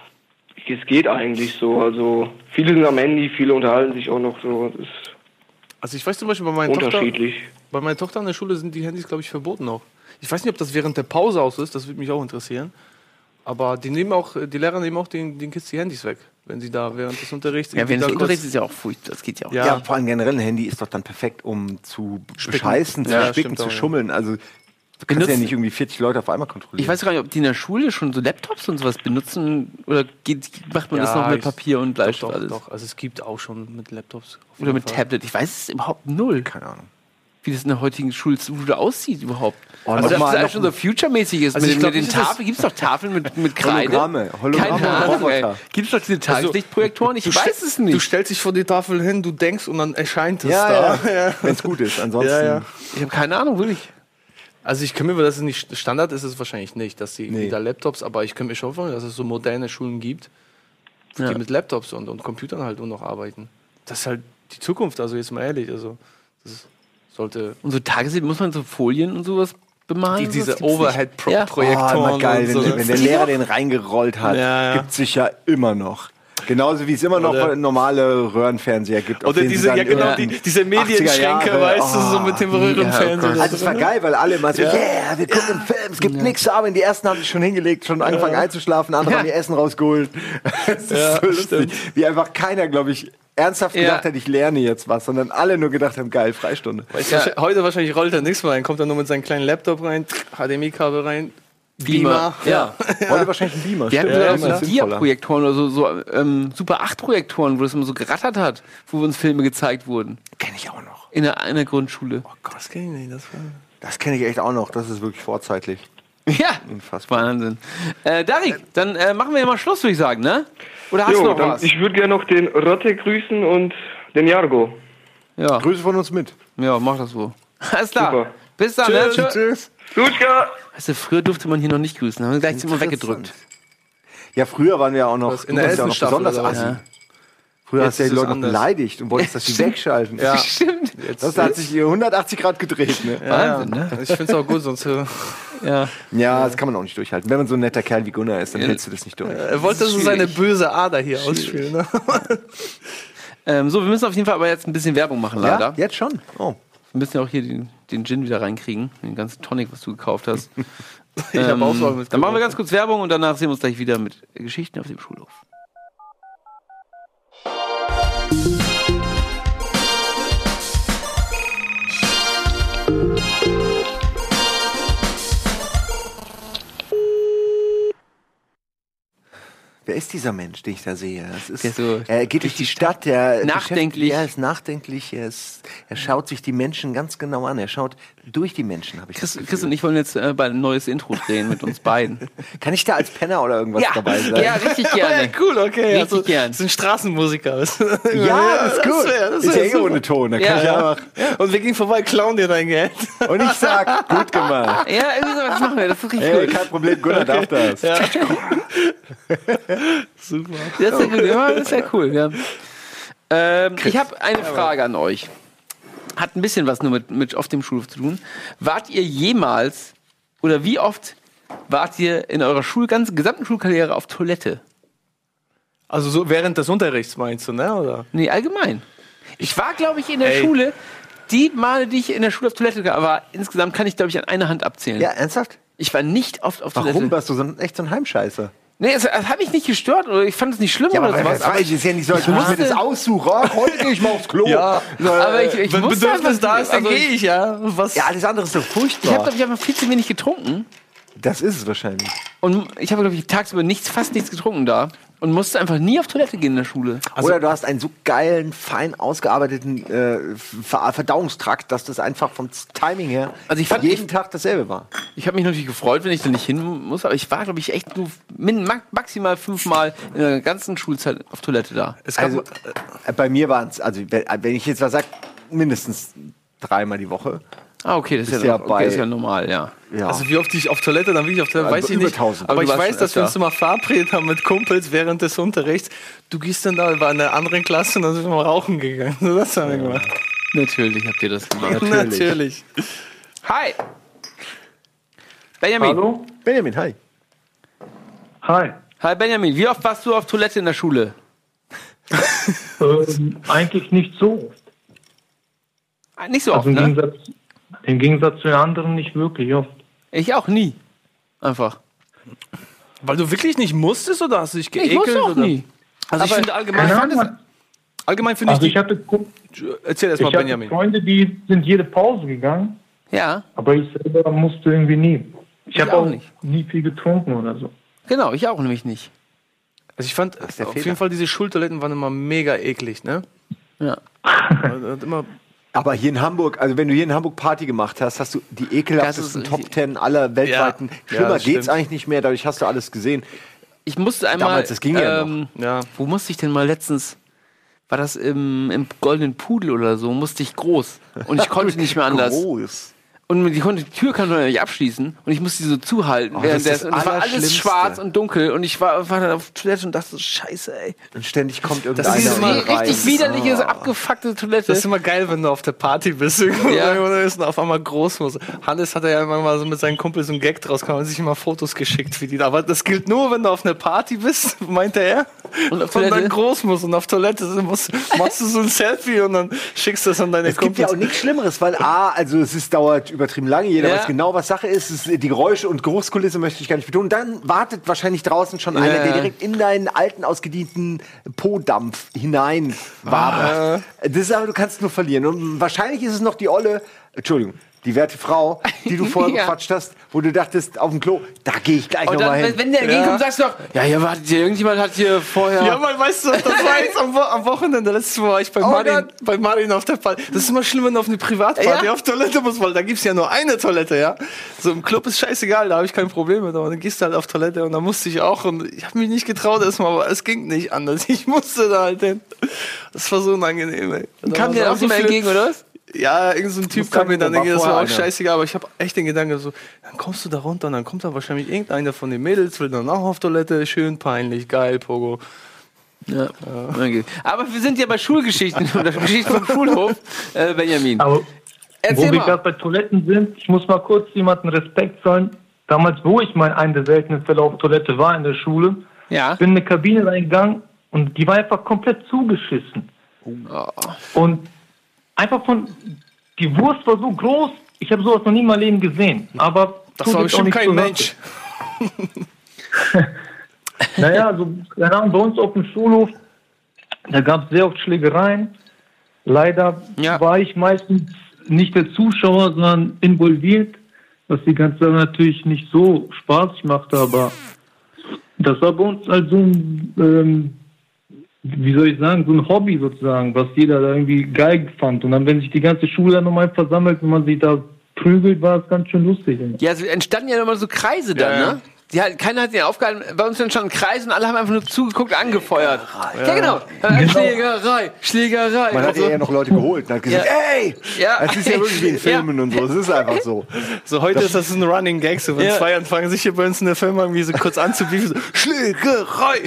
es geht eigentlich so. Also viele sind am Handy, viele unterhalten sich auch noch so. Das ist Also ich weiß zum Beispiel bei meiner Tochter, unterschiedlich. bei meiner Tochter an der Schule sind die Handys, glaube ich, verboten auch. Ich weiß nicht, ob das während der Pause aus ist, das würde mich auch interessieren. Aber die nehmen auch, die Lehrer nehmen auch den, den Kids die Handys weg, wenn sie da während des Unterrichts. Ja, irgendwie wenn es da Unterricht kurz- ist, ja auch furchtbar. Das geht ja auch. Ja. Ja, vor allem generell ein Handy ist doch dann perfekt, um zu bescheißen, zu Ja, spicken, stimmt zu auch, ja. schummeln. Also du kannst ja Benutzen- nicht irgendwie vierzig Leute auf einmal kontrollieren. Ich weiß gar nicht, ob die in der Schule schon so Laptops und sowas benutzen oder geht, macht man das Ja, noch mit ich- Papier und Doch, Bleistift doch, alles? doch. Also es gibt auch schon mit Laptops. auf Oder jeden mit Fall. Tablet. Ich weiß es überhaupt null, Keine Ahnung. wie das in der heutigen Schule, Schule aussieht überhaupt. Oh, also, noch dass mal- das noch alles schon so future-mäßig ist. Also mit, ich den- glaub mit den nicht, dass das- Tafeln. Gibt es doch Tafeln mit, mit Kreide? Hologramme. Hologramme Keine und Ahnung, ey. Roboter. Gibt es doch diese Tageslichtprojektoren? Ich Du weiß stell- es nicht. Du stellst dich vor die Tafel hin, du denkst und dann erscheint es Ja, da. ja. Wenn es gut ist. Ansonsten. Ja, ja. Ich habe keine Ahnung, wirklich. Also ich kann mir, dass es nicht Standard ist, es wahrscheinlich nicht, dass sie Nee. wieder Laptops, aber ich kann mir schon vorstellen, dass es so moderne Schulen gibt, die Ja. mit Laptops und, und Computern halt nur noch arbeiten. Das ist halt die Zukunft, also jetzt mal ehrlich, also das sollte Und so Tageslicht, muss man so Folien und sowas bemalen? die, diese Sowas gibt's nicht. Ja. Oh, Overhead-Projektoren immer geil, und so. wenn, wenn der Lehrer den reingerollt hat, Ja, ja. gibt es sich ja immer noch. Genauso wie es immer noch Oder- normale Röhrenfernseher gibt. auf Oder denen sie diese, dann ja genau, irgendwie die, diese achtziger Medienschränke, Jahre, weißt du, so mit dem Ja, Röhrenfernseher. oh Gott. Also es war geil, weil alle immer so, Ja. yeah, wir gucken einen Film, es gibt nichts zu arbeiten. Die ersten haben sich schon hingelegt, schon angefangen einzuschlafen, andere Ja. haben ihr Essen rausgeholt. Es ist Ja, so lustig, stimmt. wie einfach keiner, glaube ich, ernsthaft Ja. gedacht hat, ich lerne jetzt was, sondern alle nur gedacht haben, geil, Freistunde. Weißt du, Ja. Heute wahrscheinlich rollt er nichts mehr rein, kommt er nur mit seinem kleinen Laptop rein, H D M I-Kabel rein, Beamer. Ja. Heute wahrscheinlich ein Beamer. Wir hatten stimmt, ja, ja, auch Beamer so ist sinnvoller. Dia-Projektoren oder so, so ähm, Super acht Projektoren, wo das immer so gerattert hat, wo uns Filme gezeigt wurden. Kenn ich auch noch. In der, in der Grundschule. Oh Gott, das kenn ich nicht. Das war Das kenne ich echt auch noch. Das ist wirklich vorzeitlich. Ja, Unfassbar. Wahnsinn. Äh, Darik, dann äh, machen wir ja mal Schluss, würde ich sagen, ne? Oder hast du Jo, noch dann, was? ich würde gerne noch den Rotte grüßen und den Jargo. Ja. Grüße von uns mit. ja, mach das so. Alles klar. Super. Bis dann, ne? Tschüss. Tschüss. Lutka! Weißt du, früher durfte man hier noch nicht grüßen, haben wir gleich immer weggedrückt. Ja, früher waren wir auch noch, Was, in der du warst ja auch ersten noch Staffel besonders oder was? assi. Ja. Früher Jetzt hast du ja die ist es Leute noch anders. beleidigt und wolltest, dass die Stimmt. wegschalten. Ja. Stimmt. Das hat sich hier hundertachtzig Grad gedreht. Ne? Wahnsinn, ne? Ich finde es auch gut, sonst äh, Ja. Ja, das kann man auch nicht durchhalten. Wenn man so ein netter Kerl wie Gunnar ist, dann Ja. hältst du das nicht durch. er wollte so seine böse Ader hier ausspielen. Ne? Ähm, so, wir müssen auf jeden Fall aber jetzt ein bisschen Werbung machen, leider. Ja, jetzt schon. Oh. Wir müssen ja auch hier den, den Gin wieder reinkriegen, den ganzen Tonic, was du gekauft hast. Ich habe Ähm, Auswahl mit. Dann machen wir ganz kurz Werbung und danach sehen wir uns gleich wieder mit Geschichten auf dem Schulhof. Wer ist dieser Mensch, den ich da sehe? Das ist, Der ist so er geht durch die Stadt, der Nachdenklich. beschäftigt- Er ist nachdenklich, er, ist, er schaut sich die Menschen ganz genau an. Er schaut durch die Menschen, habe ich Chris, das Gefühl. Chris und ich wollen jetzt äh, bald ein neues Intro drehen mit uns beiden. Kann ich da als Penner oder irgendwas dabei sein? ja, richtig gerne. Ja, cool, okay. Richtig also, gern. Das sind Straßenmusiker. Ja, das ist gut. wär- das ist wär ja eh super. ohne Ton. Da Ja, kann ich ja. einfach. Und wir gehen vorbei, klauen dir dein Geld. Und ich sag, gut gemacht. Ja, irgendwie sowas machen wir, das ist richtig Hey, gut. kein Problem, Gunnar darf das. Super. Das ist ja gut, ja, das ist ja cool. Ja. Ähm, ich habe eine Frage an euch. Hat ein bisschen was nur mit, mit auf dem Schulhof zu tun. Wart ihr jemals oder wie oft wart ihr in eurer Schul ganzen gesamten Schulkarriere auf Toilette? Also so während des Unterrichts meinst du, ne? Oder? Nee, allgemein. Ich war, glaube ich, in der Ey. Schule, die Male, die ich in der Schule auf Toilette war, aber insgesamt kann ich, glaube ich, an einer Hand abzählen. Ja, ernsthaft? Ich war nicht oft auf Warum Toilette. warst du so ein, echt so ein Heimscheißer? Nee, das, das hat mich nicht gestört oder ich fand es nicht schlimm Ja, oder aber sowas. das weiß ich, ist ja nicht so, als ich muss mir musste- das aussuchen. Oh, heute gehe ich mal aufs Klo. Ja, aber ich, ich Wenn musste Bedürfnis einfach- da ist, dann also gehe ich, ja. Was? Ja, alles andere ist doch Ich habe, furchtbar. glaube ich, einfach viel zu wenig getrunken. Das ist es wahrscheinlich. Und ich habe, glaube ich, tagsüber nichts, fast nichts getrunken da. Und musste einfach nie auf Toilette gehen in der Schule. Oder du hast einen so geilen, fein ausgearbeiteten äh, Ver Verdauungstrakt, dass das einfach vom Timing her Also ich fand- jeden ich- Tag dasselbe war. Ich habe mich natürlich gefreut, wenn ich da nicht hin muss. Aber ich war, glaube ich, echt nur min, ma- maximal fünfmal in der ganzen Schulzeit auf Toilette da. Es gab, Also äh, bei mir waren es, also wenn wenn ich jetzt was sage, mindestens dreimal die Woche. Ah, okay, das ist, Ist ja, ja okay, bei- das ist ja normal, ja. Ja. also wie oft ich auf Toilette, dann will ich auf Toilette, Also weiß ich über nicht. tausend. Aber Aber ich du warst weiß, dass wir uns öfter. immer verabredet haben mit Kumpels während des Unterrichts. Du gehst dann da, war in einer anderen Klasse und dann sind wir mal rauchen gegangen. So, das haben wir gemacht. Natürlich habt ihr das gemacht. Natürlich. Natürlich. Hi! Benjamin. Hallo? Benjamin, hi. Hi. Hi Benjamin, wie oft warst du auf Toilette in der Schule? Ähm, eigentlich nicht so oft. Ah, Nicht so oft, Also im, ne? Gegensatz, im Gegensatz zu den anderen nicht wirklich oft. Ich auch nie. Einfach. Weil du wirklich nicht musstest oder hast du dich geekelt? Ich musste auch oder? nie. Also ich Aber- finde allgemein, Keine ich fand es, Ahnung. allgemein finde Also ich ich hatte, Ku- die, erzähl erst mal ich hatte Benjamin. Freunde, die sind jede Pause gegangen, Ja, aber ich selber musste irgendwie nie. Ich, Ich habe auch auch nicht. nie viel getrunken oder so. genau, ich auch nämlich nicht. Also ich fand ist der auf Fehler. jeden Fall diese Schultoiletten waren immer mega eklig, ne? Ja. Also hat immer Aber hier in Hamburg, also wenn du hier in Hamburg Party gemacht hast, hast du die ekelhaftesten Das ist- Top Ten aller weltweiten. Ja. Schlimmer Ja, das geht's stimmt. eigentlich nicht mehr, dadurch hast du alles gesehen. Ich musste einmal. Damals, das ging ja ähm, ja. Wo musste ich denn mal letztens? War das im, im Goldenen Pudel oder so? Musste ich groß. Und ich konnte nicht mehr anders. Groß. Und die, konnte, die Tür kann man nicht abschließen. Und ich musste die so zuhalten. Oh, während das ist der, das und es war alles Allerschlimmste. schwarz und dunkel. Und ich war, war dann auf Toilette und dachte so, scheiße, ey. Und ständig kommt Das irgendeiner ist Diese immer rein. Ah. richtig widerliche, so abgefuckte Toilette. Das ist immer geil, wenn du auf der Party bist irgendwo Ja. oder ist und auf einmal groß muss. Hannes hat ja immer mal so mit seinen Kumpels so einen Gag draus, kann man sich immer Fotos geschickt, wie die da. Aber das gilt nur, wenn du auf einer Party bist, meinte er. Und auf von Toilette? deinem Großmus und auf Toilette musst, machst du so ein Selfie und dann schickst du es an deine Es gibt ja Kumpels. auch nichts Schlimmeres, weil A, also es ist, dauert übertrieben lange, jeder Ja. weiß genau, was Sache ist. Es ist die Geräusche und Geruchskulisse möchte ich gar nicht betonen. Dann wartet wahrscheinlich draußen schon einer, Ja. der direkt in deinen alten, ausgedienten Po-Dampf hinein wabert. Das ist aber, du kannst nur verlieren. Und wahrscheinlich ist es noch die Olle, Entschuldigung, die werte Frau, die du vorher Ja. bequatscht hast, wo du dachtest, auf dem Klo, da gehe ich gleich Und dann, nochmal hin. wenn, wenn der entgegenkommt, sagst du doch, ja, ja, wartet hier, irgendjemand hat hier vorher... Ja, man, weißt du, das war jetzt am, Wo am Wochenende, letztes Mal war ich bei, Oh Martin, Gott. bei Martin auf der Party. Das ist immer schlimm, wenn du auf eine Privatparty Ja. auf Toilette musst, weil da gibt's ja nur eine Toilette, ja. So im Club ist scheißegal, da habe ich kein Problem mit, aber dann gehst du halt auf Toilette und da musste ich auch und ich habe mich nicht getraut erstmal, aber es ging nicht anders. Ich musste da halt hin. Das war so unangenehm, ey. Da Kam war dir so auch nicht mehr viel- entgegen, oder was? Ja, irgend so ein Typ muss kam sagen, mir dann da war entgegen, das war vorher auch einer. scheißegal, aber ich habe echt den Gedanken so, dann kommst du da runter und dann kommt da wahrscheinlich irgendeiner von den Mädels, will dann auch auf Toilette, schön peinlich, geil, Pogo. Ja. Okay. Aber wir sind ja bei Schulgeschichten oder Geschichten vom Schulhof, äh, Benjamin. Aber Erzähl wo wir mal. gerade bei Toiletten sind, ich muss mal kurz jemanden Respekt zollen. Damals, wo ich mal einen der seltenen Fälle auf Toilette war in der Schule, Ja. bin in eine Kabine reingegangen und die war einfach komplett zugeschissen. Oh. Und einfach von, die Wurst war so groß, ich habe sowas noch nie in meinem Leben gesehen. Aber Das tut war jetzt auch bestimmt nicht kein zur Mensch. Sache. Naja, also, keine Ahnung, bei uns auf dem Schulhof, da gab es sehr oft Schlägereien. Leider Ja. war ich meistens nicht der Zuschauer, sondern involviert, was die ganze Sache natürlich nicht so spaßig machte, aber das war bei uns halt so ein, ähm, wie soll ich sagen, so ein Hobby sozusagen, was jeder da irgendwie geil fand. Und dann, wenn sich die ganze Schule dann nochmal versammelt und man sich da prügelt, war es ganz schön lustig. Ja, es entstanden ja nochmal so Kreise dann, Ja, ja. ne? Die hat, keiner hat den aufgehalten. Bei uns entstanden Kreise und alle haben einfach nur zugeguckt und angefeuert. Ja, genau. Äh, Schlägerei, Schlägerei. Man hat Und so. ja noch Leute geholt und hat gesagt, Ja. ey! Ja. Das ist ja wirklich wie in Filmen und so. Es ist einfach so. So, heute ist das ein Running Gag, so wenn Ja. zwei anfangen, sich hier bei uns in der Firma irgendwie so kurz anzubieten, so, Schlägerei!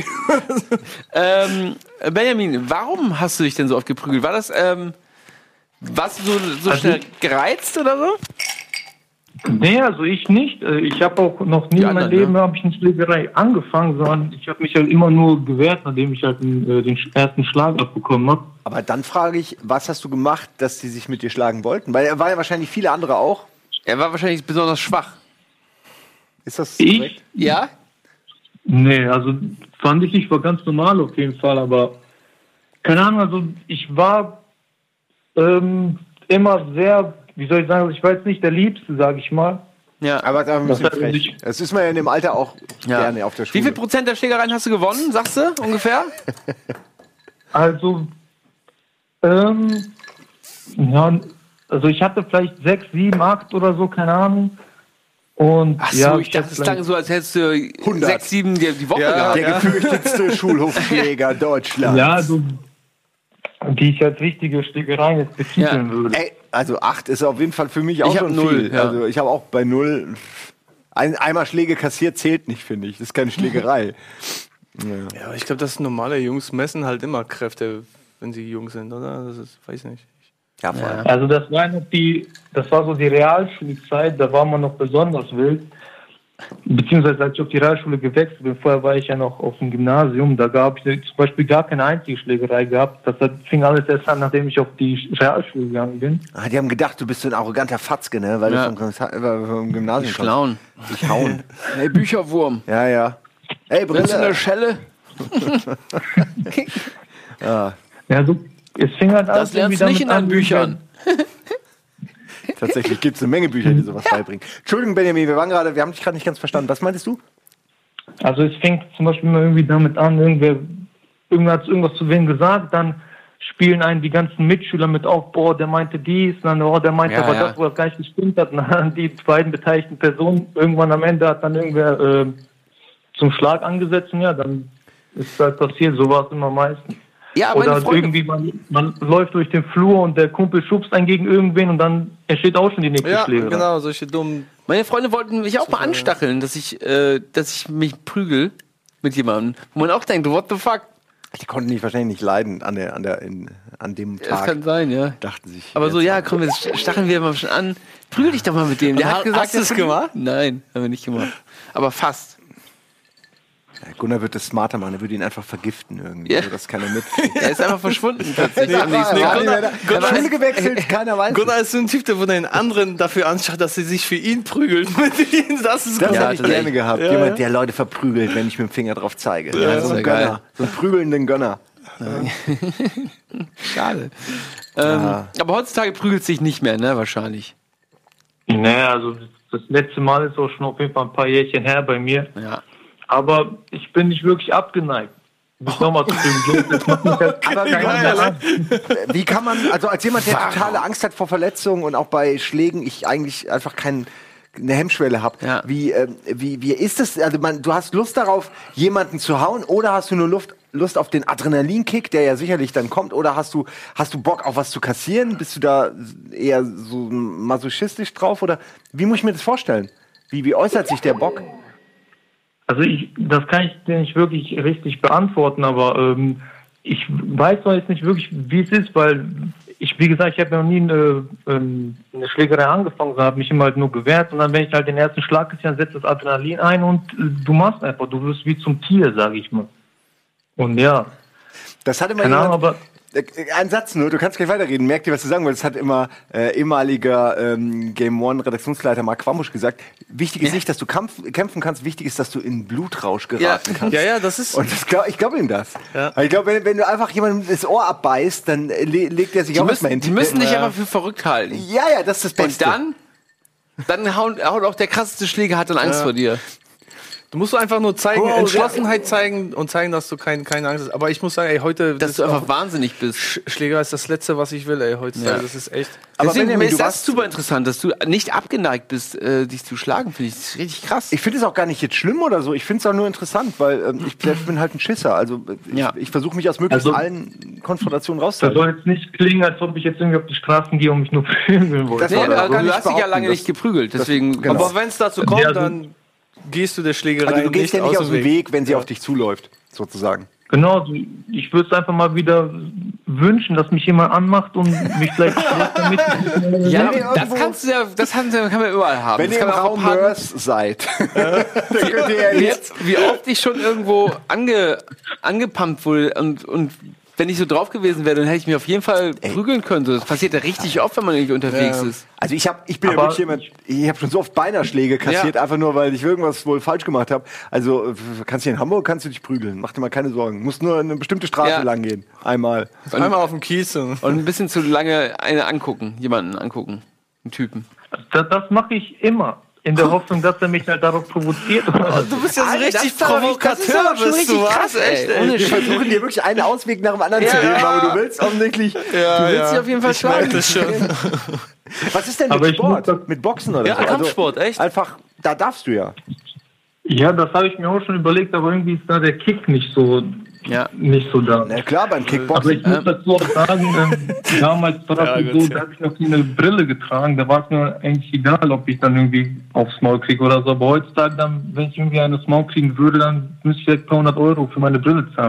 Ähm, Benjamin, warum hast du dich denn so oft geprügelt? War das, ähm, warst du so, so Also- schnell gereizt oder so? Nee, also ich nicht. Äh, Ich habe auch noch nie Die in meinem anderen, Leben ne? habe ich eine Schlägerei angefangen, sondern ich habe mich halt immer nur gewehrt, nachdem ich halt den, äh, den ersten Schlag abbekommen habe. Aber dann frage ich, was hast du gemacht, dass die sich mit dir schlagen wollten? Weil er war ja wahrscheinlich viele andere auch. Er war wahrscheinlich besonders schwach. Ist das Ich? korrekt? Ja? Nee, also fand ich, ich war ganz normal auf jeden Fall, aber keine Ahnung, also ich war ähm, immer sehr, wie soll ich sagen, ich war jetzt nicht der Liebste, sage ich mal. Ja. Aber da ein bisschen Das hat frech. sich- Das ist man ja in dem Alter auch Ja. gerne auf der Wie Schule. viel Prozent der Schlägereien hast du gewonnen, sagst du, ungefähr? Also, ähm, ja, also ich hatte vielleicht sechs, sieben, acht oder so, keine Ahnung. Und Ach so, ja, ich dachte, es vielleicht- klang so, als hättest du hundert. sechs, sieben die, die Woche Ja. gehabt. Der gefürchtetste Schulhofschläger Deutschlands. Ja, also, die ich als richtige Schlägerei jetzt betiteln Ja. würde. Ey, also acht ist auf jeden Fall für mich auch Ich hab schon null, viel. ja. Also ich habe auch bei null. Ein, einmal Schläge kassiert zählt nicht, finde ich. Das ist keine Schlägerei. Ja, aber ich glaube, dass normale Jungs messen halt immer Kräfte, wenn sie jung sind, oder? Das ist, weiß nicht. Ja, vor allem. Also das war noch die, das war so die Realschulzeit, da war man noch besonders wild. Beziehungsweise als ich auf die Realschule gewechselt bin, vorher war ich ja noch auf dem Gymnasium, da gab es zum Beispiel gar keine einzige Schlägerei gehabt. Das hat, fing alles erst an, nachdem ich auf die Realschule gegangen bin. Ah, die haben gedacht, du bist so ein arroganter Fatzke, ne? Weil Ja. du vom, Gymnasium- äh, vom Gymnasium kommst. Schlauen. Dich hauen. Hey, Bücherwurm. Ja, ja. Ey, Bist du in der Brille. Schelle? Ja, so, es fing halt Das lernst du nicht in deinen Büchern. Tatsächlich gibt es eine Menge Bücher, die sowas beibringen. Entschuldigung, Benjamin, wir waren gerade, wir haben dich gerade nicht ganz verstanden. Was meintest du? Also es fängt zum Beispiel mal irgendwie damit an, irgendwer, irgendwer hat irgendwas zu wem gesagt, dann spielen einen die ganzen Mitschüler mit auf, boah, der meinte dies, dann, oh, der meinte Ja, aber ja. das, wo das gar nicht gestimmt hat. Und dann die beiden beteiligten Personen, irgendwann am Ende hat dann irgendwer äh, zum Schlag angesetzt und ja, dann ist halt passiert, so war es immer meistens. Ja, meine Oder Freunde. irgendwie, man, man läuft durch den Flur und der Kumpel schubst einen gegen irgendwen und dann entsteht auch schon die nächste Ja, Schlägerei. genau, solche dummen. Meine Freunde wollten mich auch mal anstacheln, dass ich, äh, dass ich mich prügel mit jemandem. Wo man auch denkt, what the fuck? Die konnten dich wahrscheinlich nicht leiden an, der, an, der, in, an dem Das Tag. kann sein, ja. Dachten sich. Aber so, jetzt- ja, komm, jetzt stacheln wir mal schon an. Prügel dich doch mal mit dem. Der Und hat ha- gesagt, hast du's der- gemacht? Nein, haben wir nicht gemacht. Aber fast. Ja, Gunnar wird das smarter machen, er würde ihn einfach vergiften irgendwie, Ja. so dass keiner mit. Er ist einfach verschwunden plötzlich. Ja, am nächsten nee, Tag. Gunnar, Gunnar- Gunnar Schule gewechselt, keiner weiß. Gunnar ist so ein Typ, der von den anderen dafür anschaut, dass sie sich für ihn prügeln. Mit ihnen. Das ist Das gut. Ja, hätte ich tatsächlich. gerne gehabt. Ja, Jemand, ja. der Leute verprügelt, wenn ich mit dem Finger drauf zeige. Ja, das so ein ist ja geil. Gönner. So einen prügelnden Gönner. Schade. Ähm, Ja. Aber heutzutage prügelt sich nicht mehr, ne? Wahrscheinlich. Naja, also das letzte Mal ist auch schon auf jeden Fall ein paar Jährchen her bei mir. Ja. Aber ich bin nicht wirklich abgeneigt. Mich nochmal zu prügeln. Das macht mich halt aber gar nicht mehr an. Wie kann man, also als jemand, der totale Angst hat vor Verletzungen und auch bei Schlägen, ich eigentlich einfach kein, eine Hemmschwelle habe. Ja. Wie, ähm, wie, wie ist es? Also man, du hast Lust darauf, jemanden zu hauen, oder hast du nur Lust, Lust auf den Adrenalinkick, der ja sicherlich dann kommt, oder hast du, hast du Bock auf was zu kassieren? Bist du da eher so masochistisch drauf, oder wie muss ich mir das vorstellen? Wie, wie äußert sich der Bock? Also ich, das kann ich dir nicht wirklich richtig beantworten, aber ähm, ich weiß zwar jetzt nicht wirklich, wie es ist, weil ich, wie gesagt, ich habe ja noch nie eine, ähm, eine Schlägerei angefangen, sondern habe mich immer halt nur gewehrt, und dann, wenn ich halt den ersten Schlag kriege, dann setzt das Adrenalin ein und äh, du machst einfach, du wirst wie zum Tier, sage ich mal. Und ja, Das hatte mal keine Ahnung, jemand, aber Äh, Ein Satz nur, du kannst gleich weiterreden. Merk dir, was du sagen wolltest. Das hat immer äh, ehemaliger ähm, Game One Redaktionsleiter Marc Quambusch gesagt. Wichtig ist nicht, dass du kampf, kämpfen kannst, wichtig ist, dass du in Blutrausch geraten kannst. Ja, ja, das ist. Und das glaub, ich glaube ihm das. Ja. Weil Ich glaube, wenn, wenn du einfach jemandem das Ohr abbeißt, dann äh, le legt er sich Die auch müssen, erstmal hin. die müssen dich Ja. einfach für verrückt halten. Ja, ja, das ist das Und Beste. dann, dann haut, haut auch der krasseste Schläger hat dann Angst Ja. vor dir. Du musst einfach nur zeigen, Oh, Entschlossenheit zeigen und zeigen, dass du kein, keine Angst hast. Aber ich muss sagen, ey, heute. Dass das du ist einfach auch- wahnsinnig bist. Sch Schläger ist das Letzte, was ich will, ey, heutzutage. Ja. Das ist echt. Aber Deswegen Benjamin, ist du das warst- super interessant, dass du nicht abgeneigt bist, äh, dich zu schlagen, finde ich. Das ist richtig krass. Ich finde es auch gar nicht jetzt schlimm oder so. Ich finde es auch nur interessant, weil ähm, ich selbst bin halt ein Schisser. Also äh, ich, Ja. ich versuche mich aus möglichst Also- allen Konfrontationen das rauszuhalten. soll jetzt nicht klingen, als ob ich jetzt irgendwie auf die Straßen gehe und mich nur prügeln wollte. Das nee, war aber aber gar du nicht hast dich ja behaupten, lange das- nicht geprügelt, deswegen. Genau. Aber wenn es dazu kommt, Ja, also- dann gehst du der Schlägerei Also du gehst ja nicht aus dem Weg, Weg. wenn sie auf dich zuläuft, sozusagen. Genau, so, ich würde es einfach mal wieder wünschen, dass mich jemand anmacht und mich vielleicht schlägt damit. Ja, Wenn ihr das irgendwo- kannst du ja, das kann, kann man überall haben. Wenn das ihr kann im man auch Raum haben. Mörs seid, dann könnt ihr ja Wie, jetzt... wie oft ich schon irgendwo ange, angepumpt wurde und, und wenn ich so drauf gewesen wäre, dann hätte ich mich auf jeden Fall prügeln können. So, das passiert ja richtig oft, wenn man irgendwie unterwegs Ja. ist. Also ich, hab, ich bin ja Aber- wirklich jemand, ich habe schon so oft Beinerschläge kassiert, Ja. einfach nur, weil ich irgendwas wohl falsch gemacht habe. Also äh, kannst du hier in Hamburg, kannst du dich prügeln, mach dir mal keine Sorgen. Musst nur eine bestimmte Straße Ja. lang gehen, einmal. Einmal auf dem Kies. Und Und ein bisschen zu lange eine angucken, jemanden angucken, einen Typen. Das, das mache ich immer, in der Hoffnung, dass er mich halt darauf provoziert. du bist ja so Alter, richtig das ist aber- das ist Provokateur, aber schon bist richtig du, was? krass, ey. Echt, ey. Ohne Wir Scheiß. versuchen dir wirklich einen Ausweg nach dem anderen zu Ja. geben, aber du willst offensichtlich... Du willst dich auf jeden Fall Ich merke schlagen. das schon. Was ist denn Aber mit ich muss Sport? das- Mit Boxen oder Ja, so? Kampfsport, echt? Einfach, da darfst du ja. Ja, das habe ich mir auch schon überlegt, aber irgendwie ist da der Kick nicht so, Ja. nicht so da. Na klar, beim Aber Kickboxen. ich muss dazu auch sagen, ähm, damals war das Ja, so, gut, da habe ich noch nie eine Brille getragen. Da war es mir eigentlich egal, ob ich dann irgendwie aufs Maul kriege oder so. Aber heutzutage, dann, wenn ich irgendwie eine aufs Maul kriegen würde, dann müsste ich vielleicht ein paar hundert Euro für meine Brille zahlen.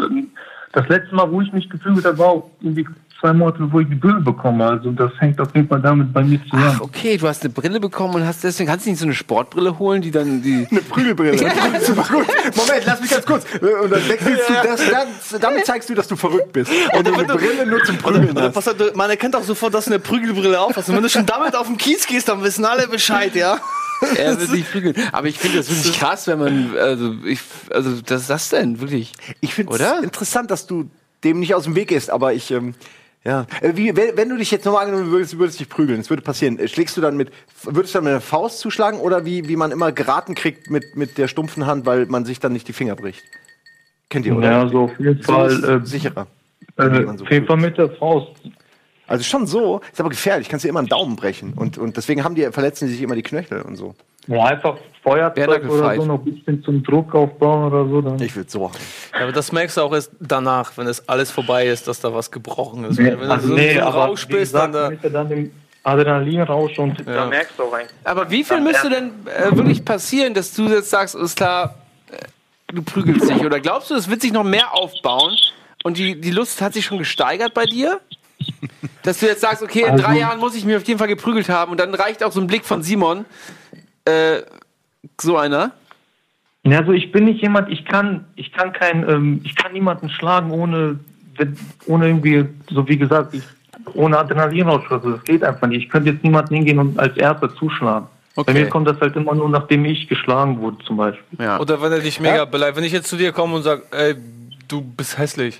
Das letzte Mal, wo ich mich gefühlt habe, war auch irgendwie zwei Monate, bevor ich die Brille bekomme. Also das hängt auf jeden Fall damit bei mir zusammen. Ach, okay, du hast eine Brille bekommen und hast deswegen, kannst du nicht so eine Sportbrille holen, die dann die. Eine Prügelbrille. Super gut. Moment, lass mich ganz kurz. Und dann wechselst du das, das, damit zeigst du, dass du verrückt bist. Und du eine Brille nur zum Prügeln Oder, hast. pass auf, du- man erkennt auch sofort, dass du eine Prügelbrille auf hast. Und wenn du schon damit auf den Kies gehst, dann wissen alle Bescheid, ja? Er wird sich prügeln. Aber ich finde das wirklich krass, wenn man, also ich, also das ist das denn, wirklich. Ich finde es Oder? interessant, dass du dem nicht aus dem Weg gehst, aber ich, ähm, ja. Äh, Wie, wenn, wenn du dich jetzt nochmal angenommen würdest, du würdest dich prügeln, das würde passieren. Äh, Schlägst du dann mit, würdest du dann mit der Faust zuschlagen oder wie, wie man immer geraten kriegt mit, mit der stumpfen Hand, weil man sich dann nicht die Finger bricht? Kennt ihr, oder? Ja, so auf jeden So Fall, ist äh, sicherer. äh, wenn man so auf jeden Fall mit der Faust. Also schon so, ist aber gefährlich, kannst dir immer einen Daumen brechen. Und, und deswegen haben die, verletzen die sich immer die Knöchel und so. Ja, einfach Feuerzeug Bärnackelfight. oder so, noch ein bisschen zum Druck aufbauen oder so. Dann. Ich würde so. Ja, aber das merkst du auch erst danach, wenn es alles vorbei ist, dass da was gebrochen ist. Nee, wenn du also so, nee, so aber Rausch wie bist, dann gesagt, da. mit der dann dem Adrenalinrausch und Ja. da merkst du auch eigentlich. Aber wie viel müsste denn äh, wirklich passieren, dass du jetzt sagst, ist klar, äh, du prügelst dich? Oder glaubst du, es wird sich noch mehr aufbauen und die, die Lust hat sich schon gesteigert bei dir? Dass du jetzt sagst, okay, in Also- drei Jahren muss ich mich auf jeden Fall geprügelt haben und dann reicht auch so ein Blick von Simon, äh, so einer. Ja, also ich bin nicht jemand, ich kann, ich kann kein, ähm, ich kann niemanden schlagen ohne, ohne irgendwie, so wie gesagt, ich, ohne Adrenalinausschüsse. Das geht einfach nicht. Ich könnte jetzt niemanden hingehen und als Erster zuschlagen. Okay. Bei mir kommt das halt immer nur, nachdem ich geschlagen wurde, zum Beispiel. Ja. Oder wenn er dich mega beleidigt. Wenn ich jetzt zu dir komme und sage, ey, du bist hässlich.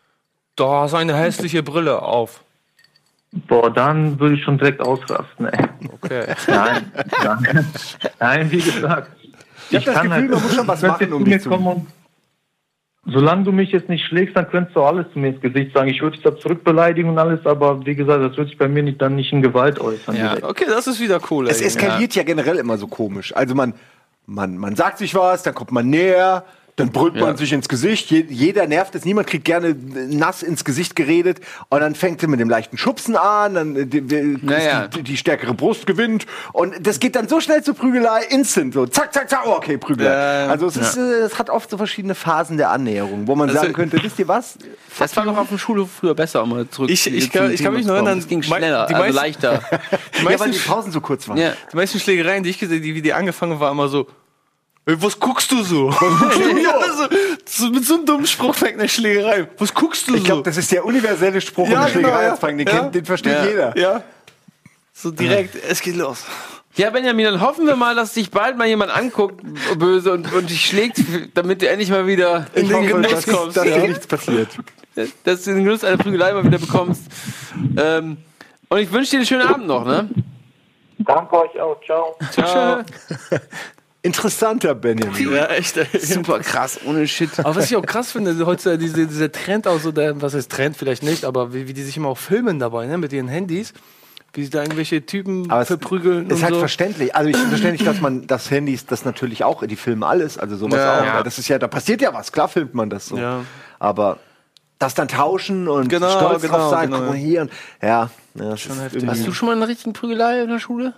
Du hast eine hässliche Brille auf. Boah, dann würde ich schon direkt ausrasten, ey. Okay. Nein, nein, nein, wie gesagt. Ich habe das Gefühl, halt, man muss schon was machen, um mir dich zu... kommen und, solange du mich jetzt nicht schlägst, dann könntest du alles zu mir ins Gesicht sagen. Ich würde dich da zurück beleidigen und alles, aber wie gesagt, das wird sich bei mir nicht, dann nicht in Gewalt äußern. Ja. direkt. Okay, das ist wieder cool. Es ey. eskaliert ja. ja generell immer so komisch. Also man, man, man sagt sich was, dann kommt man näher, dann brüllt man Ja. sich ins Gesicht. Je, jeder nervt es, niemand kriegt gerne nass ins Gesicht geredet. Und dann fängt er mit dem leichten Schubsen an, dann äh, die, die, Naja. die, die stärkere Brust gewinnt. Und das geht dann so schnell zur Prügelei, instant. So zack, zack, zack, oh, okay, Prügelei. Ja. Also es, ist, äh, es hat oft so verschiedene Phasen der Annäherung, wo man Also- sagen könnte, wisst ihr was? Das war noch auf dem Schulhof früher besser, um mal zurück Ich- ich zum kann- ich kann mich noch Thema zu kommen. erinnern, Es ging mei- schneller, die also meisten- leichter. Die Ja, meisten, weil die Pausen so kurz waren. ja. die meisten Schlägereien, die ich gesehen, die, wie die angefangen haben, war immer so, ey, was guckst du so? ja, so, so mit so einem dummen Spruch fängt eine Schlägerei. Was guckst du Ich so? glaube, das ist der universelle Spruch, Ja, um die Schlägerei genau, ja. anzufangen. Den, Ja. kennt, den versteht Ja. jeder. ja. So direkt, es geht los. Ja, Benjamin, dann hoffen wir mal, dass dich bald mal jemand anguckt, böse, und, und dich schlägt, damit du endlich mal wieder in den hoffe, Genuss dass, kommst. dass ja. dir nichts passiert. Dass du den Genuss einer Prügelei mal wieder bekommst. Ähm, und ich wünsche dir einen schönen Abend noch, ne? Danke euch auch, ciao. Ciao. Interessanter Benjamin. Ja, echt. Ey. Super krass, ohne Shit. Aber was ich auch krass finde, heutzutage diese, dieser Trend auch so, der, was heißt Trend vielleicht nicht, aber wie, wie die sich immer auch filmen dabei, ne, mit ihren Handys, wie sie da irgendwelche Typen Aber es verprügeln ist und halt so. verständlich. Also ich verstehe nicht, dass man das Handys, das natürlich auch, die filmen alles, also sowas Ja. auch. Ja. Weil das ist ja, da passiert ja was, klar filmt man das so. Ja. Aber das dann tauschen und Genau, stolz genau, drauf sein, genau. guck mal hier und ja, ja das Schon ist heftig. irgendwie- Hast du schon mal eine richtige Prügelei in der Schule?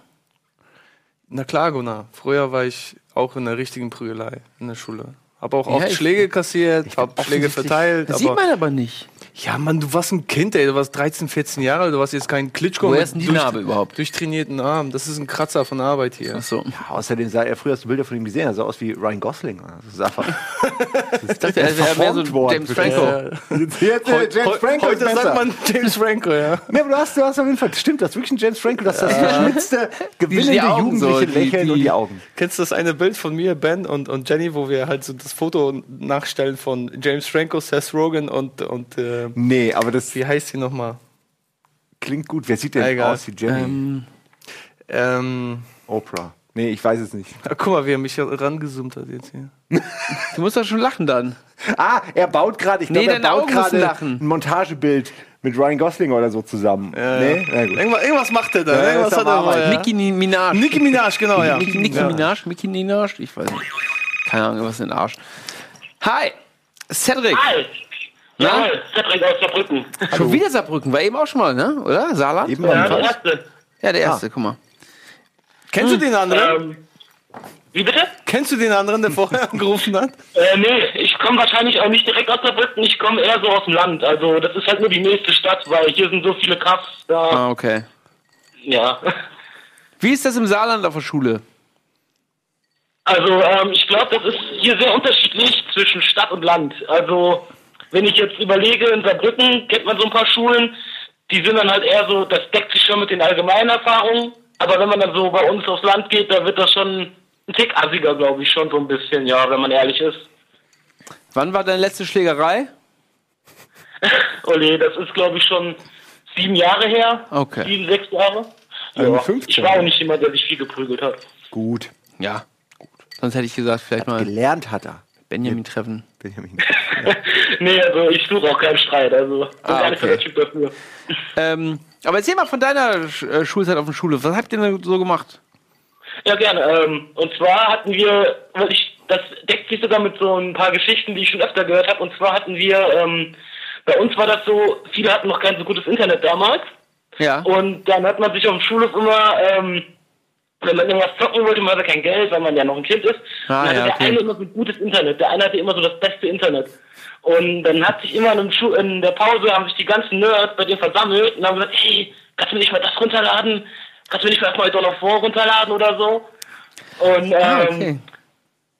Na klar, Gunnar. Früher war ich auch in der richtigen Prügelei in der Schule. Hab auch Ja, oft ich- Schläge kassiert, hab Schläge offensichtlich- verteilt. Das sieht Aber, man aber nicht. ja, Mann, du warst ein Kind, ey. Du warst dreizehn, vierzehn Jahre alt. Du warst jetzt kein Klitschko. Woher mit ist denn die durch- Narbe überhaupt? Durchtrainierten Arm. Das ist ein Kratzer von Arbeit hier. Ach so. Ja, außerdem sah er, früher hast du Bilder von ihm gesehen, er sah aus wie Ryan Gosling. Das ist einfach, Ich dachte, er wäre mehr so worden. James Franco. Ja. Jetzt, äh, Heut- James heu- Franco ist heute besser. sagt man James Franco, ja. Nee, aber du hast, du hast auf jeden Fall, stimmt, das ist wirklich ein James Franco, das ist das verschmitzte, gewinnende, die Augen so, jugendliche die- Lächeln die- und die Augen. Kennst du das eine Bild von mir, Ben und, und Jenny, wo wir halt so das Foto nachstellen von James Franco, Seth Rogen und, und äh, Nee, aber das wie heißt sie nochmal? klingt gut. Wer sieht denn Egal. aus wie Jenny? Ähm, Ähm, Oprah. Nee, ich weiß es nicht. ah, guck mal, wie er mich rangezoomt hat jetzt hier. du musst doch schon lachen dann. Ah, er baut gerade, ich Nee, glaube, er deine baut Augen müssen gerade lachen. ein Montagebild mit Ryan Gosling oder so zusammen. Nee? Na gut. Irgendwas, irgendwas macht er da. Ja, irgendwas ist hat er am aber, ja. Nicki Minaj. Nicki Minaj, genau, ja. Nicki, Nicki ja. Minaj? Nicki Minaj? Ich weiß nicht. Keine Ahnung, was in den Arsch. Hi, Cedric. Hi! Na? Jawohl, Cedric aus Saarbrücken. Schon wieder Saarbrücken, war eben auch schon mal, ne? Oder? Saarland? Eben Ja, am der Tag. erste. Ja, der erste, guck mal. Kennst du den anderen? Ähm, wie bitte? Kennst du den anderen, der vorher angerufen hat? Äh, nee, ich komme wahrscheinlich auch nicht direkt aus Saarbrücken, ich komme eher so aus dem Land. Also das ist halt nur die nächste Stadt, weil hier sind so viele Kaffs da. Ah, okay. Ja. Wie ist das im Saarland auf der Schule? Also ähm, ich glaube, das ist hier sehr unterschiedlich zwischen Stadt und Land. Also wenn ich jetzt überlege, in Saarbrücken kennt man so ein paar Schulen, die sind dann halt eher so, das deckt sich schon mit den allgemeinen Erfahrungen. Aber wenn man dann so bei uns aufs Land geht, da wird das schon ein Tick assiger, glaube ich, schon so ein bisschen, ja, wenn man ehrlich ist. Wann war deine letzte Schlägerei? Ole, das ist, glaube ich, schon sieben Jahre her. Okay. Sieben, sechs Jahre. Also Ja, mit fünfzehn. ich war auch nicht jemand, der sich viel geprügelt hat. Gut. Ja. Sonst hätte ich gesagt, vielleicht mal Gelernt hat er. Benjamin treffen. Benjamin. Nee, also ich suche auch keinen Streit, also bin Ah, gar nicht so okay. der Typ dafür. Ähm, aber erzähl mal von deiner Sch äh, Schulzeit auf der Schule. Was habt ihr denn so gemacht? Ja, gerne. Ähm, und zwar hatten wir, weil ich, das deckt sich sogar mit so ein paar Geschichten, die ich schon öfter gehört habe. Und zwar hatten wir, ähm, bei uns war das so, viele hatten noch kein so gutes Internet damals. Ja. Und dann hat man sich auf dem Schulhof immer, ähm, wenn man irgendwas zocken wollte, man hatte kein Geld, weil man ja noch ein Kind ist. Ah, dann hatte ja, der okay. eine immer so ein gutes Internet. Der eine hatte immer so das beste Internet. Und dann hat sich immer in, dem Schu in der Pause, haben sich die ganzen Nerds bei dem versammelt und haben gesagt, hey, kannst du mir nicht mal das runterladen? Kannst du mir nicht mal erstmal Dawn of War runterladen oder so? Und ähm, Ah, okay.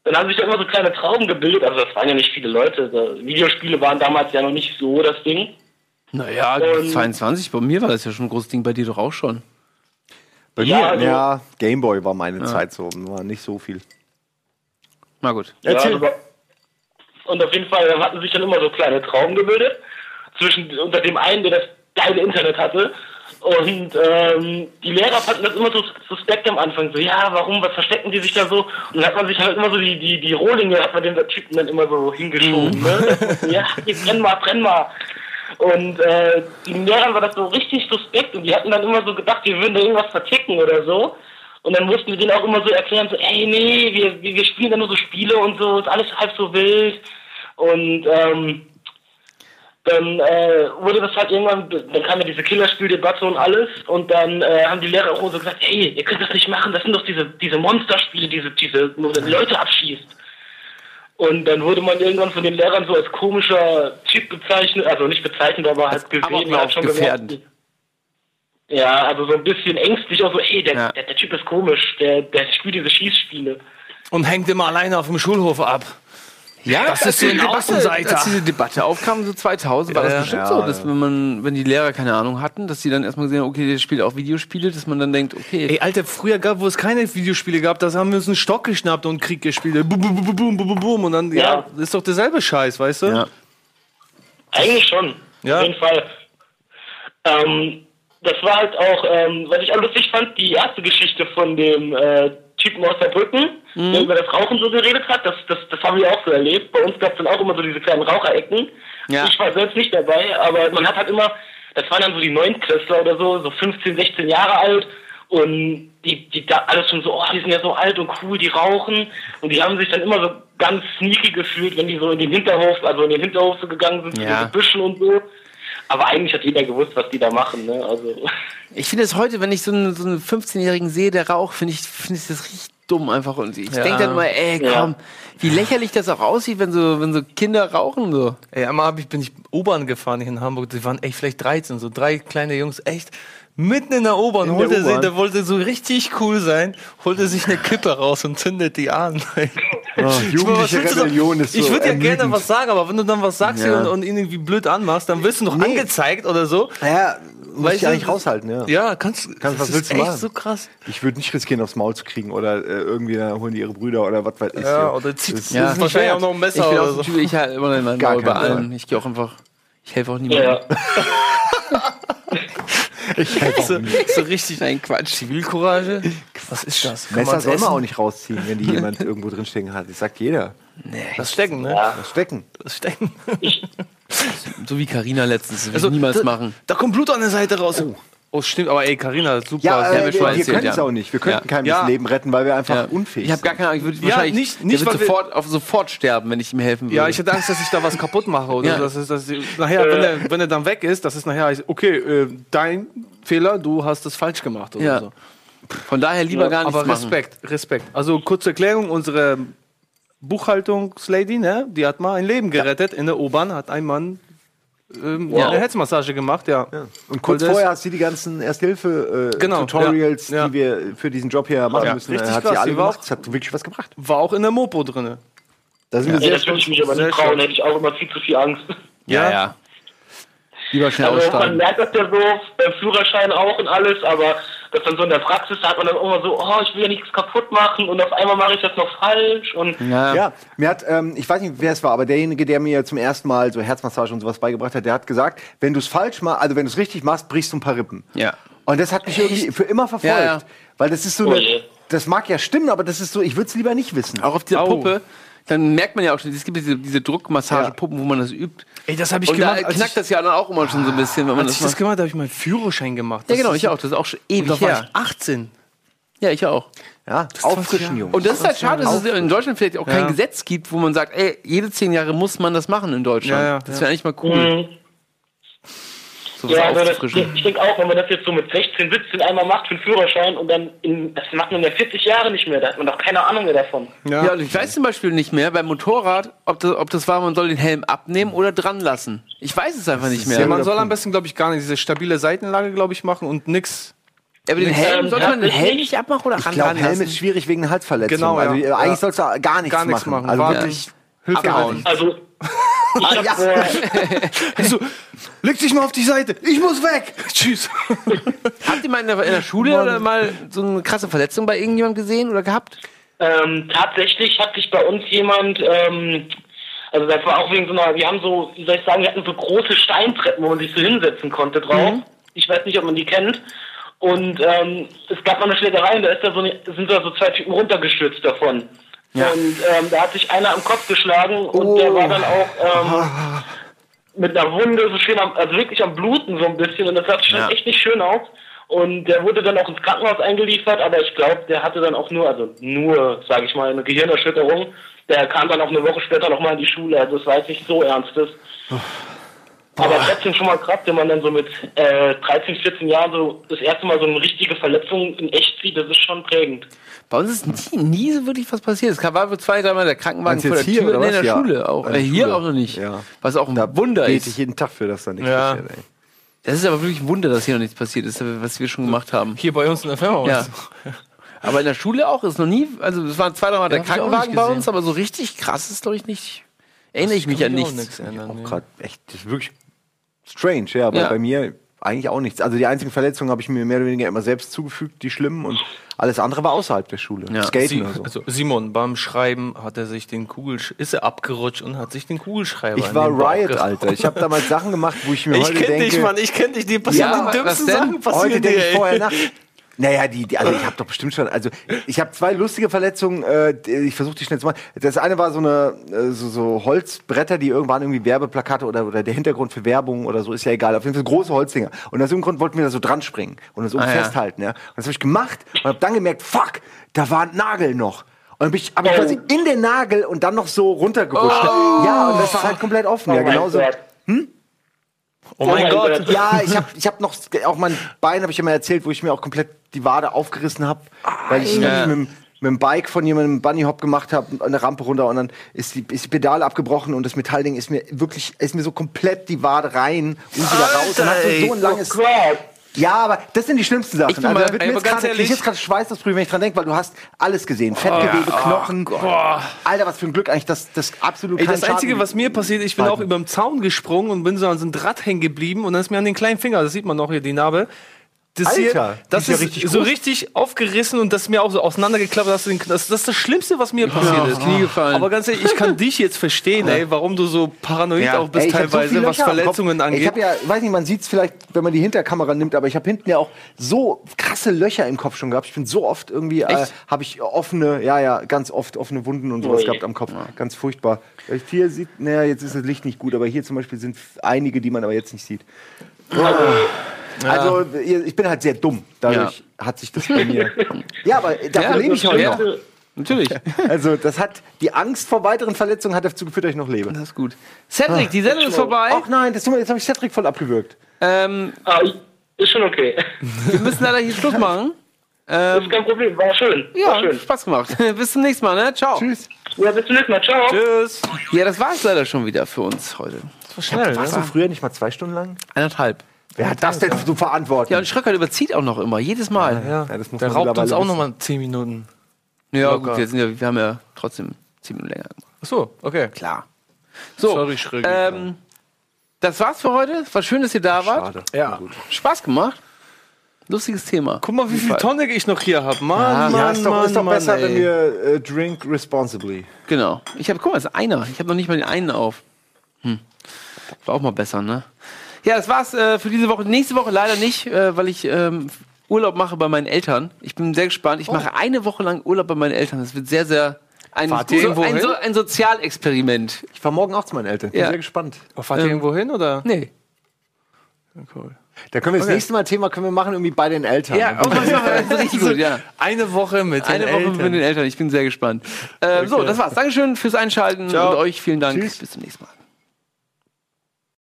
dann haben sich da immer so kleine Trauben gebildet. Also das waren ja nicht viele Leute. Also Videospiele waren damals ja noch nicht so das Ding. Naja, Und- zweiundzwanzig, bei mir war das ja schon ein großes Ding, bei dir doch auch schon. Bei Ja, mir, also- ja, Gameboy war meine Zeit so, war nicht so viel. Na gut. Erzähl. Ja, aber- und auf jeden Fall dann hatten sich dann immer so kleine Trauben gebildet. Zwischen, unter dem einen, der das geile Internet hatte. Und ähm, die Lehrer fanden das immer so suspekt am Anfang. So, ja, warum, was verstecken die sich da so? Und dann hat man sich halt immer so die, die, die Rohlinge, hat man den Typen dann immer so hingeschoben. Mhm. Ne? So, ja, jetzt brenn mal, brenn mal. Und äh, den Lehrern war das so richtig suspekt und die hatten dann immer so gedacht, wir würden da irgendwas verticken oder so. Und dann mussten wir denen auch immer so erklären, so, ey, nee, wir, wir, wir spielen da nur so Spiele und so, ist alles halb so wild. Und ähm, dann äh, wurde das halt irgendwann, dann kam ja diese Killerspieldebatte und alles und dann äh, haben die Lehrer auch immer so gesagt, ey, ihr könnt das nicht machen, das sind doch diese, diese Monsterspiele, diese, diese, wo man Leute abschießt. Und dann wurde man irgendwann von den Lehrern so als komischer Typ bezeichnet, also nicht bezeichnet, aber halt gesehen, man hat schon gefährdend. gemerkt. Ja, also so ein bisschen ängstlich, auch so, ey, der, Ja. der, der Typ ist komisch, der, der spielt diese Schießspiele. Und hängt immer alleine auf dem Schulhof ab. Ja, Das ist so ein als diese- Außenseiter. Als diese Debatte aufkam, so zweitausend, war das Ja, bestimmt ja, so, ja. dass wenn man, wenn die Lehrer keine Ahnung hatten, dass die dann erstmal gesehen haben, okay, der spielt auch Videospiele, dass man dann denkt, okay. Ey, Alter, früher gab, wo es keine Videospiele gab, da haben wir uns einen Stock geschnappt und Krieg gespielt. Bum, bum, bum, bum, bum, bum, bum. Und dann, ja, Ja. das ist doch derselbe Scheiß, weißt du? Ja. Eigentlich schon, Ja. auf jeden Fall. Ähm, das war halt auch, ähm, was ich auch lustig fand, die erste Geschichte von dem äh, Typen aus Saarbrücken, Mhm. der über das Rauchen so geredet hat, das, das, das haben wir auch so erlebt. Bei uns gab es dann auch immer so diese kleinen Raucherecken. Ja. Ich war selbst nicht dabei, aber man hat halt immer, das waren dann so die Neuntklässler oder so, so fünfzehn, sechzehn Jahre alt und die, die da alles schon so, oh, die sind ja so alt und cool, die rauchen und die haben sich dann immer so ganz sneaky gefühlt, wenn die so in den Hinterhof, also in den Hinterhof so gegangen sind, Ja. zu den Büschen und so. Aber eigentlich hat jeder gewusst, was die da machen, ne? Also Ich finde es heute, wenn ich so einen, so einen fünfzehnjährigen sehe, der raucht, finde ich, finde ich das richtig dumm einfach. Und ich Ja. denke dann immer, ey, komm, Ja. wie lächerlich das auch aussieht, wenn so, wenn so Kinder rauchen so. Ey, einmal hab ich, bin ich U-Bahn gefahren hier in Hamburg. Die waren echt vielleicht dreizehn, so drei kleine Jungs, echt. Mitten in der U-Bahn In der holte sie, U-Bahn? der wollte so richtig cool sein, holte sich eine Kippe raus und zündet die an. Oh, jugendliche willst du doch- Rebellion ist so Ich würde ja ermüdend. gerne was sagen, aber wenn du dann was sagst Ja. hier und, und ihn irgendwie blöd anmachst, dann wirst du noch Nee. angezeigt oder so. Ja, muss Weißt ich du, eigentlich raushalten, ja. Ja, kannst, Kannst, was das willst ist du echt machen? so krass. Ich würde nicht riskieren, aufs Maul zu kriegen oder äh, irgendwie dann holen die ihre Brüder oder was weiß ich. Ja, so. oder zieht Das- ja, das ist wahrscheinlich nicht auch noch ein Ich Messer bin oder auch so so. ein Typ, ich halte immer in meinen Gar Maul bei keinen Fall. allem. Ich gehe auch einfach, ich helfe auch niemandem. ja. so, so richtig Nein, Quatsch. Zivilcourage. Was ist das? Kann Messer man's soll man essen? auch nicht rausziehen, wenn die jemand irgendwo drinstehen hat. Das sagt jeder. Das Stecken, ne? Ja. Das Stecken. Das Stecken. So wie Carina letztens, das will Also, ich niemals da, machen. Da kommt Blut an der Seite raus. Oh, stimmt, aber ey, Carina, super. Ja, haben äh, wir wir, schon wir erzählt, können es ja. auch nicht. Wir könnten Ja. keinem Ja. das Leben retten, weil wir einfach Ja. unfähig Ich habe gar sind. keine Ahnung, ich würde Ja, wahrscheinlich, nicht- nicht, der weil wird wir- sofort, auf, sofort sterben, wenn ich ihm helfen würde. Ja, ich hätte Angst, dass ich da was kaputt mache. Oder Ja. so. Das ist, das ist, nachher, wenn er, wenn er dann weg ist, das ist nachher, heißt, okay, äh, dein Fehler, du hast das falsch gemacht. Oder Ja. so. Von daher lieber gar nichts Aber machen. Respekt, Respekt. Also kurze Erklärung, unsere Buchhaltungslady, ne, die hat mal ein Leben gerettet. In der U-Bahn hat ein Mann ähm, Wow. eine Herzmassage gemacht, ja. Und kurz Weil das- vorher hast du die ganzen Erste-Hilfe-Tutorials, Genau, Tutorials, ja, ja. die wir für diesen Job hier machen Ja. müssen, Richtig hat krass, sie alle die war gemacht. auch- Das hat wirklich was gebracht. War auch in der Mopo drinne. Da sind wir Ey, sehr das würde stolz. ich mich aber Sehr nicht trauen, schön. hätte ich auch immer viel zu viel Angst. Ja, ja. Lieber schnell Also man aussteigen. merkt das ja so, beim Führerschein auch und alles, aber das dann so in der Praxis, da hat man dann immer so, oh, ich will ja nichts kaputt machen und auf einmal mache ich das noch falsch und Ja. Ja, mir hat, ähm, ich weiß nicht, wer es war, aber derjenige, der mir zum ersten Mal so Herzmassage und sowas beigebracht hat, der hat gesagt, wenn du es falsch machst, also wenn du es richtig machst, brichst du ein paar Rippen. Ja. Und das hat mich irgendwie für immer verfolgt. Ja, ja. Weil das ist so Oh eine, je. das mag ja stimmen, aber das ist so, ich würde es lieber nicht wissen. Auch auf dieser Au. Puppe, dann merkt man ja auch schon, es gibt diese, diese Druckmassagepuppen, wo man das übt. Ey, das habe ich Und da gemacht. als knackt ich, das ja dann auch immer schon so ein bisschen, wenn man als ich das das macht. gemacht habe, habe ich meinen Führerschein gemacht. Ja, Das genau, ist- ich auch. Das ist auch schon Und ewig da war her. ich achtzehn. Ja, ich auch. Ja, auffrischen, Jungs. Und das ist halt schade, dass es in Deutschland vielleicht auch kein Ja. Gesetz gibt, wo man sagt, ey, jede zehn Jahre muss man das machen in Deutschland. Ja, ja, das ja. wäre eigentlich mal cool, Mhm. sowas Ja, also das, aufzufrischen. ich denke auch, wenn man das jetzt so mit sechzehn, siebzehn einmal macht für einen Führerschein und dann, in, das macht man ja vierzig Jahre nicht mehr, da hat man doch keine Ahnung mehr davon. Ja, und ich weiß zum Beispiel nicht mehr beim Motorrad, ob das, ob das war, man soll den Helm abnehmen oder dran lassen. Ich weiß es einfach nicht mehr. Ja, man soll am besten, glaube ich, gar nicht diese stabile Seitenlage, glaube ich, machen und nix Aber den Helm, Ähm, sollte man den tatsächlich- Helm nicht abmachen oder Ich ran glaube, ran Helm lassen? ist schwierig wegen Halsverletzung. Genau, ja. Also äh, Ja. eigentlich sollst du gar nichts Gar nichts machen. machen. Also Warten. wirklich Hilfe abhauen. Also, ich hab, Ja. äh, Also, leg dich mal auf die Seite. Ich muss weg. Tschüss. Habt ihr mal in der, in der Schule oder mal so eine krasse Verletzung bei irgendjemandem gesehen oder gehabt? ähm, tatsächlich hat sich bei uns jemand, ähm, also das war auch wegen so einer, wir haben so, wie soll ich sagen, wir hatten so große Steintreppen, wo man sich so hinsetzen konnte drauf. Mhm. Ich weiß nicht, ob man die kennt. Und ähm, es gab mal eine Schlägerei und da ist da so eine, sind da so zwei Typen runtergestürzt davon. Ja. Und ähm, da hat sich einer am Kopf geschlagen und Oh. der war dann auch ähm, mit einer Wunde so schön am, also wirklich am Bluten so ein bisschen und das sah schon Ja. echt nicht schön aus. Und der wurde dann auch ins Krankenhaus eingeliefert, aber ich glaube, der hatte dann auch nur, also nur, sage ich mal, eine Gehirnerschütterung. Der kam dann auch eine Woche später nochmal in die Schule, also es war jetzt nicht so ernstes. Aber trotzdem schon mal krass, wenn man dann so mit äh, dreizehn, vierzehn Jahren so das erste Mal so eine richtige Verletzung in echt sieht, das ist schon prägend. Bei uns ist nie, nie so wirklich was passiert. Es war wohl zwei, dreimal der Krankenwagen Meinst du vor der jetzt hier Tür. oder Nee, in was? der Ja. Schule auch. An der Äh, hier Schule. auch noch nicht. Ja. Was auch ein Da Wunder bete ist. ich jeden Tag für, dass da nichts Ja. passiert. Ey. Das ist aber wirklich ein Wunder, dass hier noch nichts passiert ist, was wir schon gemacht haben. Hier bei uns in der Firma. Ja. Aber in der Schule auch ist noch nie, also es waren zwei, dreimal der hab ich auch Krankenwagen nicht bei gesehen. uns, aber so richtig krass ist, glaube ich, nicht. Erinnere ich mich an nichts. Auch gerade echt, das ist wirklich strange, ja, aber Ja. bei mir eigentlich auch nichts. Also die einzigen Verletzungen habe ich mir mehr oder weniger immer selbst zugefügt, die schlimmen, und alles andere war außerhalb der Schule. Ja. Skaten Sie, oder so. also Simon, beim Schreiben hat er sich den Kugelsch ist er abgerutscht und hat sich den Kugelschreiber Ich in war den Bauch Riot, gehauen. Alter. Ich habe damals Sachen gemacht, wo ich mir Ich heute kenn denke... dich, Mann, ich kenn dich. Dir passieren Ja, die was dümmsten denn? Sachen Heute passieren denke dir, ich ey. vorher nach. Naja, die, die, also ich habe doch bestimmt schon, also ich habe zwei lustige Verletzungen, äh, die- ich versuche die schnell zu machen. Das eine war so eine, äh, so, so Holzbretter, die irgendwann irgendwie Werbeplakate oder, oder der Hintergrund für Werbung oder so, ist ja egal. Auf jeden Fall große Holzdinger. Und aus irgendeinem Grund wollten wir da so dran springen und das oben Ah, ja. festhalten, ja. Und das habe ich gemacht und habe dann gemerkt, fuck, da war ein Nagel noch. Und dann bin ich, hab ich quasi in den Nagel und dann noch so runtergerutscht. Ja, und das war halt komplett offen. Ja, mein genauso. Gott. Oh mein Gott. Ja, ich habe ich hab noch, auch mein Bein habe ich ja mal erzählt, wo ich mir auch komplett die Wade aufgerissen habe, weil ich Ja. mit, dem- mit dem Bike von jemandem einen Bunny Hop gemacht habe, eine Rampe runter, und dann ist die, ist die Pedale abgebrochen und das Metallding ist mir wirklich, ist mir so komplett die Wade rein und wieder raus. Und hat so, so ein langes. Gott. Ja, aber das sind die schlimmsten Sachen. Ich bin Also, mal- da wird ey, mir aber jetzt ganz gerade, ehrlich- ich jetzt gerade Schweißausbrüche, wenn ich dran denke, weil du hast alles gesehen. Fettgewebe, Knochen. Alter, was für ein Glück eigentlich, dass das absolut Ey, kein das Einzige, Schaden- was mir passiert, ich bin Warte. auch über den Zaun gesprungen und bin so an so einem Draht hängen geblieben und dann ist mir an den kleinen Finger, das sieht man noch hier, die Narbe. Das Alter, hier, die das ist ja ist richtig so groß. richtig aufgerissen und das ist mir auch so auseinandergeklappt. Das, ist- das, das ist das Schlimmste, was mir passiert ist. Knie gefallen. Aber ganz ehrlich, ich kann dich jetzt verstehen, ey, warum du so paranoid Ja. auch bist Ey, ich hab so teilweise, viele was Löcher am Verletzungen Kopf. angeht. Ich habe ja, weiß nicht, man sieht es vielleicht, wenn man die Hinterkamera nimmt, aber ich habe hinten ja auch so krasse Löcher im Kopf schon gehabt. Ich bin so oft irgendwie, äh, habe ich offene, ja, ja, ganz oft offene Wunden und sowas Ui. gehabt am Kopf. Ganz furchtbar. Vielleicht hier sieht, naja, jetzt ist das Licht nicht gut, aber hier zum Beispiel sind einige, die man aber jetzt nicht sieht. Also, ich bin halt sehr dumm. Dadurch hat sich das bei mir. Ja, aber dafür Ja, lebe ich heute ja. noch. Natürlich. Also, das hat, die Angst vor weiteren Verletzungen hat dazu geführt, dass ich noch lebe. Das ist gut. Cedric, die Sendung ist vorbei. Ach nein, das, jetzt habe ich Cedric voll abgewürgt. Ähm, Ah, ist schon okay. wir müssen leider hier Schluss machen. Das ist kein Problem, war schön. Ja, War schön. Spaß gemacht. Bis zum nächsten Mal, ne? Ciao. Tschüss. Ja, bis zum nächsten Mal. Ciao. Tschüss. Ja, das war es leider schon wieder für uns heute. Das war schnell, Warst ne? du früher nicht mal zwei Stunden lang? Eineinhalb. Wer hat das denn zu verantworten? Ja, und Schröcker überzieht auch noch immer, jedes Mal. Ja, Ja, das muss der man raubt uns mittlerweile auch wissen. nochmal zehn Minuten. Ja, Locker. gut, wir, sind ja, wir haben ja trotzdem zehn Minuten länger gemacht. Ach so, okay. Klar. So, Sorry, Schrögi. ähm, das war's für heute. War schön, dass ihr da wart. Schade. Ja. Spaß gemacht. Lustiges Thema. Guck mal, wie viel Tonic ich noch hier habe. Mann, Ja, Mann, Ja, ist doch, Mann, ist doch Mann, besser, ey. wenn wir äh, drink responsibly. Genau. Ich habe, guck mal, das ist einer. Ich habe noch nicht mal den einen auf. Hm. War auch mal besser, ne? Ja, das war's äh, für diese Woche. Nächste Woche leider nicht, äh, weil ich ähm, Urlaub mache bei meinen Eltern. Ich bin sehr gespannt. Ich mache eine Woche lang Urlaub bei meinen Eltern. Das wird sehr, sehr ein, Fahrt ihr so, irgendwo ein, hin? so, ein Sozialexperiment. Ich fahre morgen auch zu meinen Eltern. Bin Ja. sehr gespannt. Oh, fahrt ihr irgendwo hin, oder? Nee. Cool. Da können wir das Okay. nächste Mal Thema können wir machen irgendwie bei den Eltern. Ja, oh, das ist richtig gut, ja. Eine Woche mit Eine den Woche Eltern. mit den Eltern. Ich bin sehr gespannt. Äh, So, das war's. Dankeschön fürs Einschalten Ciao. und euch vielen Dank. Tschüss. Bis zum nächsten Mal.